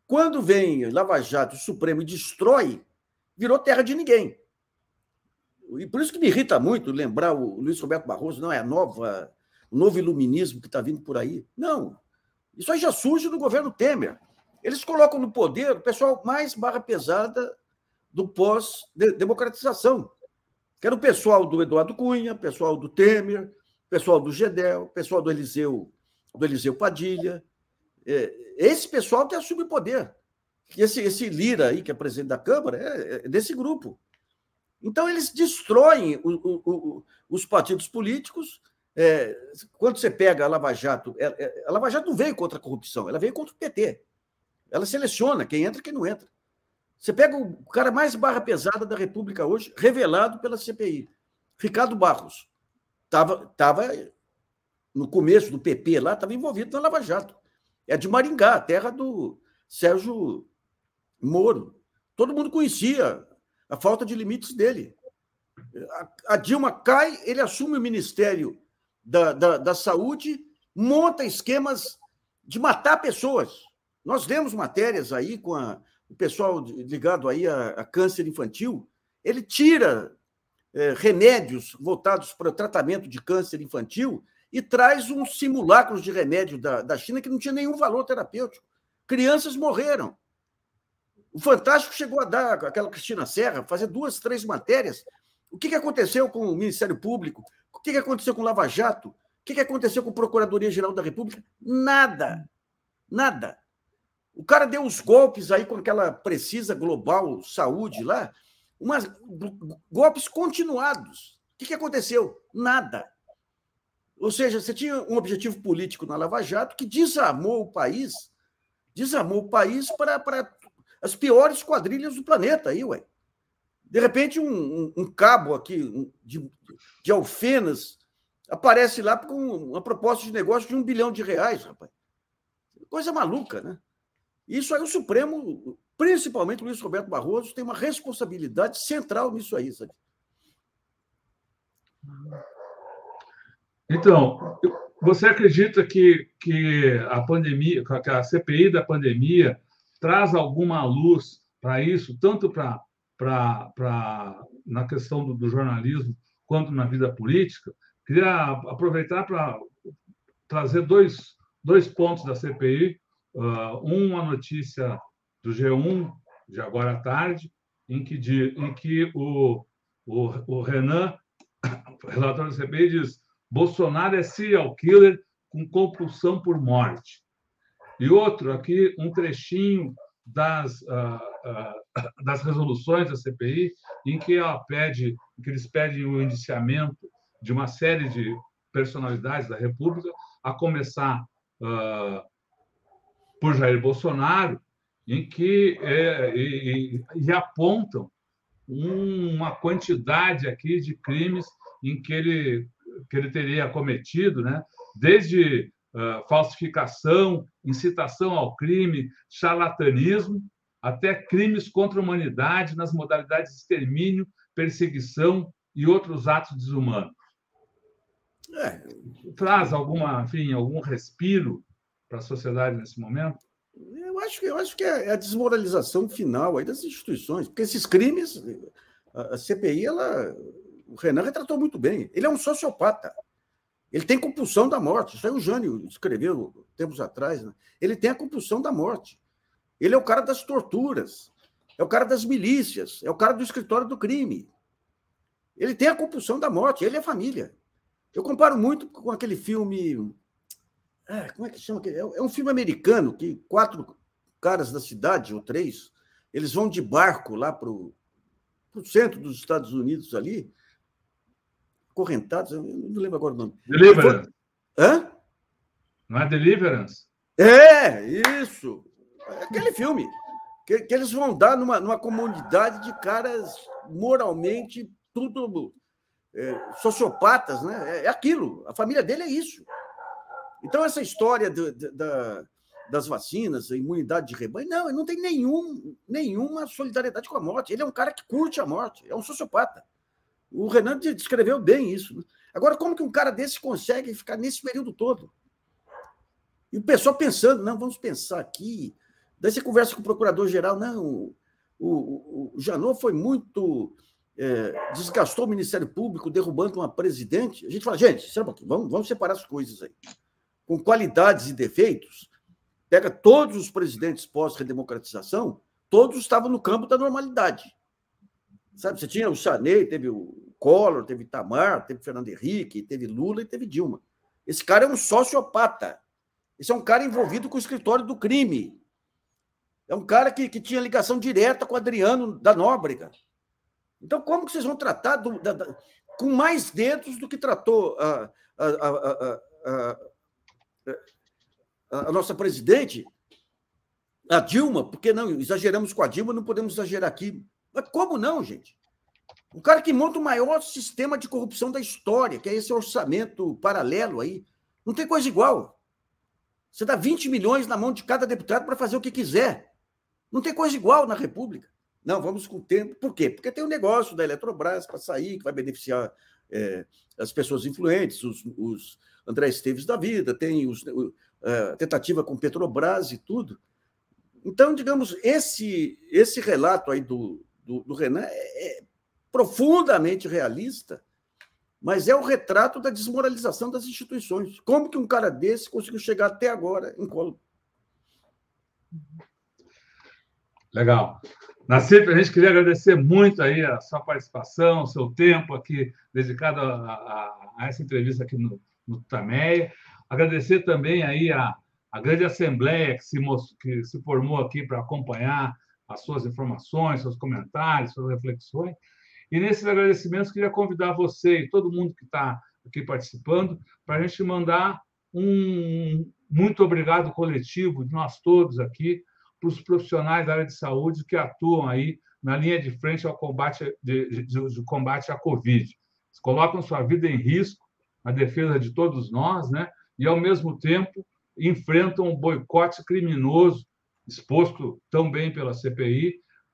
Quando vem Lava Jato, o Supremo, e destrói, virou terra de ninguém. E por isso que me irrita muito lembrar o Luiz Roberto Barroso, não é o novo iluminismo que está vindo por aí. Não. Isso aí já surge no governo Temer. Eles colocam no poder o pessoal mais barra pesada do pós-democratização, que era o pessoal do Eduardo Cunha, o pessoal do Temer, o pessoal do Gedel, o pessoal do Eliseu Padilha. Esse pessoal que assume o poder. Esse Lira aí, que é presidente da Câmara, é desse grupo. Então, eles destroem os partidos políticos. Quando você pega a Lava Jato não veio contra a corrupção, ela veio contra o PT. Ela seleciona quem entra e quem não entra. Você pega o cara mais barra pesada da República hoje, revelado pela CPI, Ricardo Barros. Estava no começo do PP lá, estava envolvido na Lava Jato. É de Maringá, a terra do Sérgio Moro. Todo mundo conhecia a falta de limites dele. A Dilma cai, ele assume o Ministério da Saúde, monta esquemas de matar pessoas. Nós lemos matérias aí com o pessoal ligado aí a câncer infantil. Ele tira remédios voltados para o tratamento de câncer infantil e traz uns simulacros de remédio da China que não tinha nenhum valor terapêutico. Crianças morreram. O Fantástico chegou a dar, aquela Cristina Serra, fazer 2, 3 matérias. O que aconteceu com o Ministério Público? O que aconteceu com o Lava Jato? O que aconteceu com a Procuradoria-Geral da República? Nada. Nada. O cara deu os golpes aí com aquela Precisa Global Saúde lá, golpes continuados. O que aconteceu? Nada. Ou seja, você tinha um objetivo político na Lava Jato que desarmou o país para as piores quadrilhas do planeta. Aí, ué. De repente, um cabo aqui de Alfenas aparece lá com uma proposta de negócio de R$1 bilhão, rapaz. Coisa maluca, né? Isso aí o Supremo, principalmente o Luiz Roberto Barroso, tem uma responsabilidade central nisso aí, sabe?
Então, você acredita que a pandemia, que a CPI da pandemia traz alguma luz para isso, tanto na questão do jornalismo quanto na vida política? Queria aproveitar para trazer dois pontos da CPI. Uma notícia do G1, de agora à tarde, em que o Renan, o relator da CPI, diz: Bolsonaro é serial killer com compulsão por morte. E outro, aqui, um trechinho das resoluções da CPI, em que eles pedem o indiciamento de uma série de personalidades da República, a começar por Jair Bolsonaro, em que e apontam uma quantidade aqui de crimes em que ele teria cometido, né? Desde falsificação, incitação ao crime, charlatanismo, até crimes contra a humanidade nas modalidades de extermínio, perseguição e outros atos desumanos. Traz algum respiro para a sociedade nesse momento?
Eu acho que é a desmoralização final aí das instituições, porque esses crimes, a CPI, o Renan retratou muito bem. Ele é um sociopata. Ele tem compulsão da morte. Isso aí o Jânio escreveu tempos atrás. Né? Ele tem a compulsão da morte. Ele é o cara das torturas, é o cara das milícias, é o cara do escritório do crime. Ele tem a compulsão da morte, ele é família. Eu comparo muito com aquele filme... como é que chama? É um filme americano que 4 caras da cidade, ou 3, eles vão de barco lá para o centro dos Estados Unidos ali, correntados, eu não lembro agora o nome.
Deliverance.
Hã?
Não é Deliverance?
Isso. Aquele filme. Que eles vão dar numa comunidade de caras moralmente tudo sociopatas, né? É aquilo. A família dele é isso. Então, essa história das vacinas, a imunidade de rebanho, não, ele não tem nenhuma solidariedade com a morte. Ele é um cara que curte a morte, é um sociopata. O Renan descreveu bem isso. Né? Agora, como que um cara desse consegue ficar nesse período todo? E o pessoal pensando, não, vamos pensar aqui, Daí você conversa com o procurador-geral, não, o Janot foi muito... desgastou o Ministério Público, derrubando uma presidente. A gente fala, gente, vamos separar as coisas aí. Com qualidades e defeitos, pega todos os presidentes pós-redemocratização, todos estavam no campo da normalidade. Sabe, você tinha o Sarney, teve o Collor, teve Itamar, teve Fernando Henrique, teve Lula e teve Dilma. Esse cara é um sociopata. Esse é um cara envolvido com o escritório do crime. É um cara que tinha ligação direta com o Adriano da Nóbrega. Então, como que vocês vão tratar com mais dedos do que tratou a nossa presidente, a Dilma? Porque não, exageramos com a Dilma, não podemos exagerar aqui. Mas como não, gente? O cara que monta o maior sistema de corrupção da história, que é esse orçamento paralelo aí, não tem coisa igual. Você dá 20 milhões na mão de cada deputado para fazer o que quiser. Não tem coisa igual na República. Não, vamos com o tempo. Por quê? Porque tem um negócio da Eletrobras para sair, que vai beneficiar as pessoas influentes, os André Esteves da vida, tem a tentativa com Petrobras e tudo. Então, digamos, esse relato aí do Renan é profundamente realista, mas é o retrato da desmoralização das instituições. Como que um cara desse conseguiu chegar até agora em colo?
Legal. Nassif, a gente queria agradecer muito aí a sua participação, o seu tempo aqui dedicado a essa entrevista aqui no Tutameia. Agradecer também aí a grande assembleia que se formou aqui para acompanhar as suas informações, seus comentários, suas reflexões. E nesses agradecimentos, queria convidar você e todo mundo que está aqui participando para a gente mandar um muito obrigado coletivo de nós todos aqui para os profissionais da área de saúde que atuam aí na linha de frente ao combate de combate à Covid. Eles colocam sua vida em risco na defesa de todos nós, né? E, ao mesmo tempo, enfrentam um boicote criminoso exposto tão bem pela CPI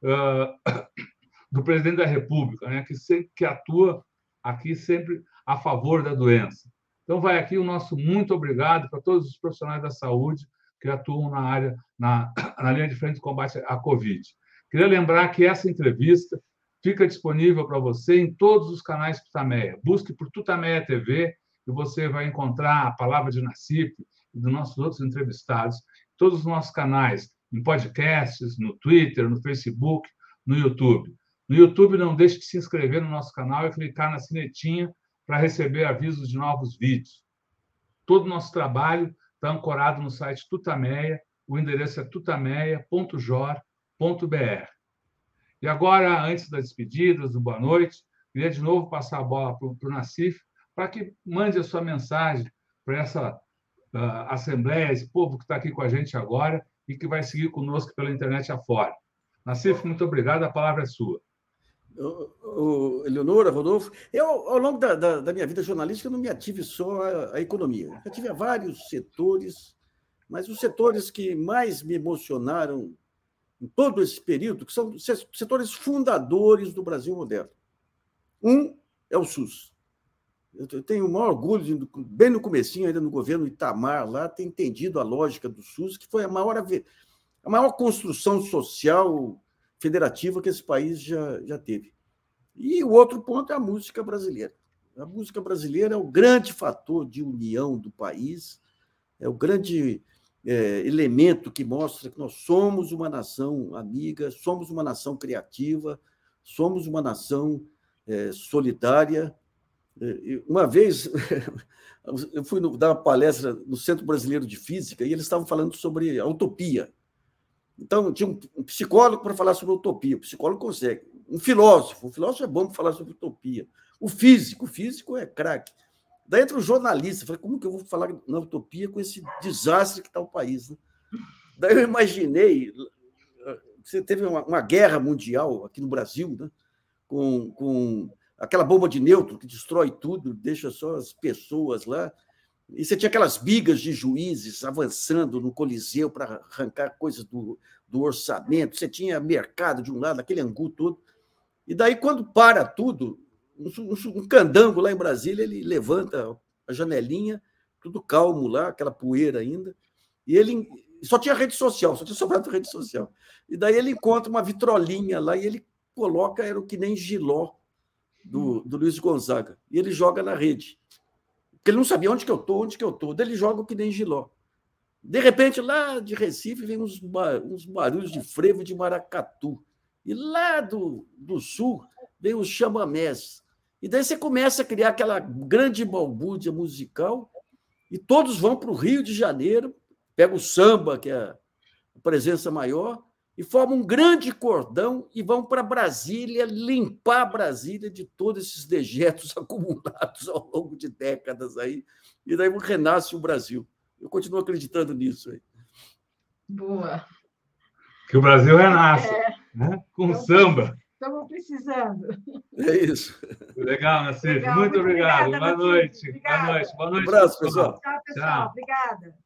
do presidente da República, né? que atua aqui sempre a favor da doença. Então, vai aqui o nosso muito obrigado para todos os profissionais da saúde que atuam na área, na linha de frente do combate à Covid. Queria lembrar que essa entrevista fica disponível para você em todos os canais Tutameia. Busque por Tutameia TV e você vai encontrar a palavra de Nassif e dos nossos outros entrevistados, todos os nossos canais, em podcasts, no Twitter, no Facebook, no YouTube. No YouTube, não deixe de se inscrever no nosso canal e clicar na sinetinha para receber avisos de novos vídeos. Todo o nosso trabalho está ancorado no site Tutameia, o endereço é tutameia.jor.br. E agora, antes das despedidas, do boa noite, queria de novo passar a bola para o Nassif, para que mande a sua mensagem para essa assembleia, esse povo que está aqui com a gente agora e que vai seguir conosco pela internet afora. Nassif, muito obrigado, a palavra é sua.
Eleonora, Rodolfo, eu, ao longo da minha vida jornalística, eu não me ative só à economia. Eu tive vários setores, mas os setores que mais me emocionaram em todo esse período, que são setores fundadores do Brasil moderno. Um é o SUS. Eu tenho o maior orgulho, bem no comecinho, ainda no governo Itamar, lá, ter entendido a lógica do SUS, que foi a maior construção social federativa que esse país já teve. E o outro ponto é a música brasileira. A música brasileira é o grande fator de união do país, é o grande elemento que mostra que nós somos uma nação amiga, somos uma nação criativa, somos uma nação solidária. Uma vez, eu fui dar uma palestra no Centro Brasileiro de Física e eles estavam falando sobre a utopia. Então, tinha um psicólogo para falar sobre utopia, o psicólogo consegue. O filósofo é bom para falar sobre utopia. O físico é craque. Daí entra o jornalista, falei, como que eu vou falar na utopia com esse desastre que está o país? Né? Daí eu imaginei, você teve uma guerra mundial aqui no Brasil, né? com aquela bomba de nêutron que destrói tudo, deixa só as pessoas lá. E você tinha aquelas bigas de juízes avançando no Coliseu para arrancar coisas do orçamento, você tinha mercado de um lado, aquele angu todo. E daí, quando para tudo, um candango lá em Brasília, ele levanta a janelinha, tudo calmo lá, aquela poeira ainda, e ele só tinha rede social, só tinha sobrado rede social. E daí ele encontra uma vitrolinha lá e ele coloca, era o Que Nem Giló, do Luiz Gonzaga. E ele joga na rede. Porque ele não sabia onde que eu estou. Daí ele joga o Que Nem Giló. De repente, lá de Recife, vem uns barulhos de frevo de maracatu. E lá do sul, vem os chamamés. E daí você começa a criar aquela grande balbúrdia musical e todos vão para o Rio de Janeiro, pegam o samba, que é a presença maior, e formam um grande cordão e vão para Brasília limpar Brasília de todos esses dejetos acumulados ao longo de décadas aí, e daí renasce o Brasil. Eu continuo acreditando nisso aí.
Boa.
Que o Brasil renasça, né? Com samba.
Estamos precisando.
É isso.
Legal, Nassif.
Legal,
muito obrigado.
Obrigada,
Boa noite.
Obrigada.
Boa noite. Boa noite.
Um abraço, pessoal.
Tchau, pessoal. Obrigada.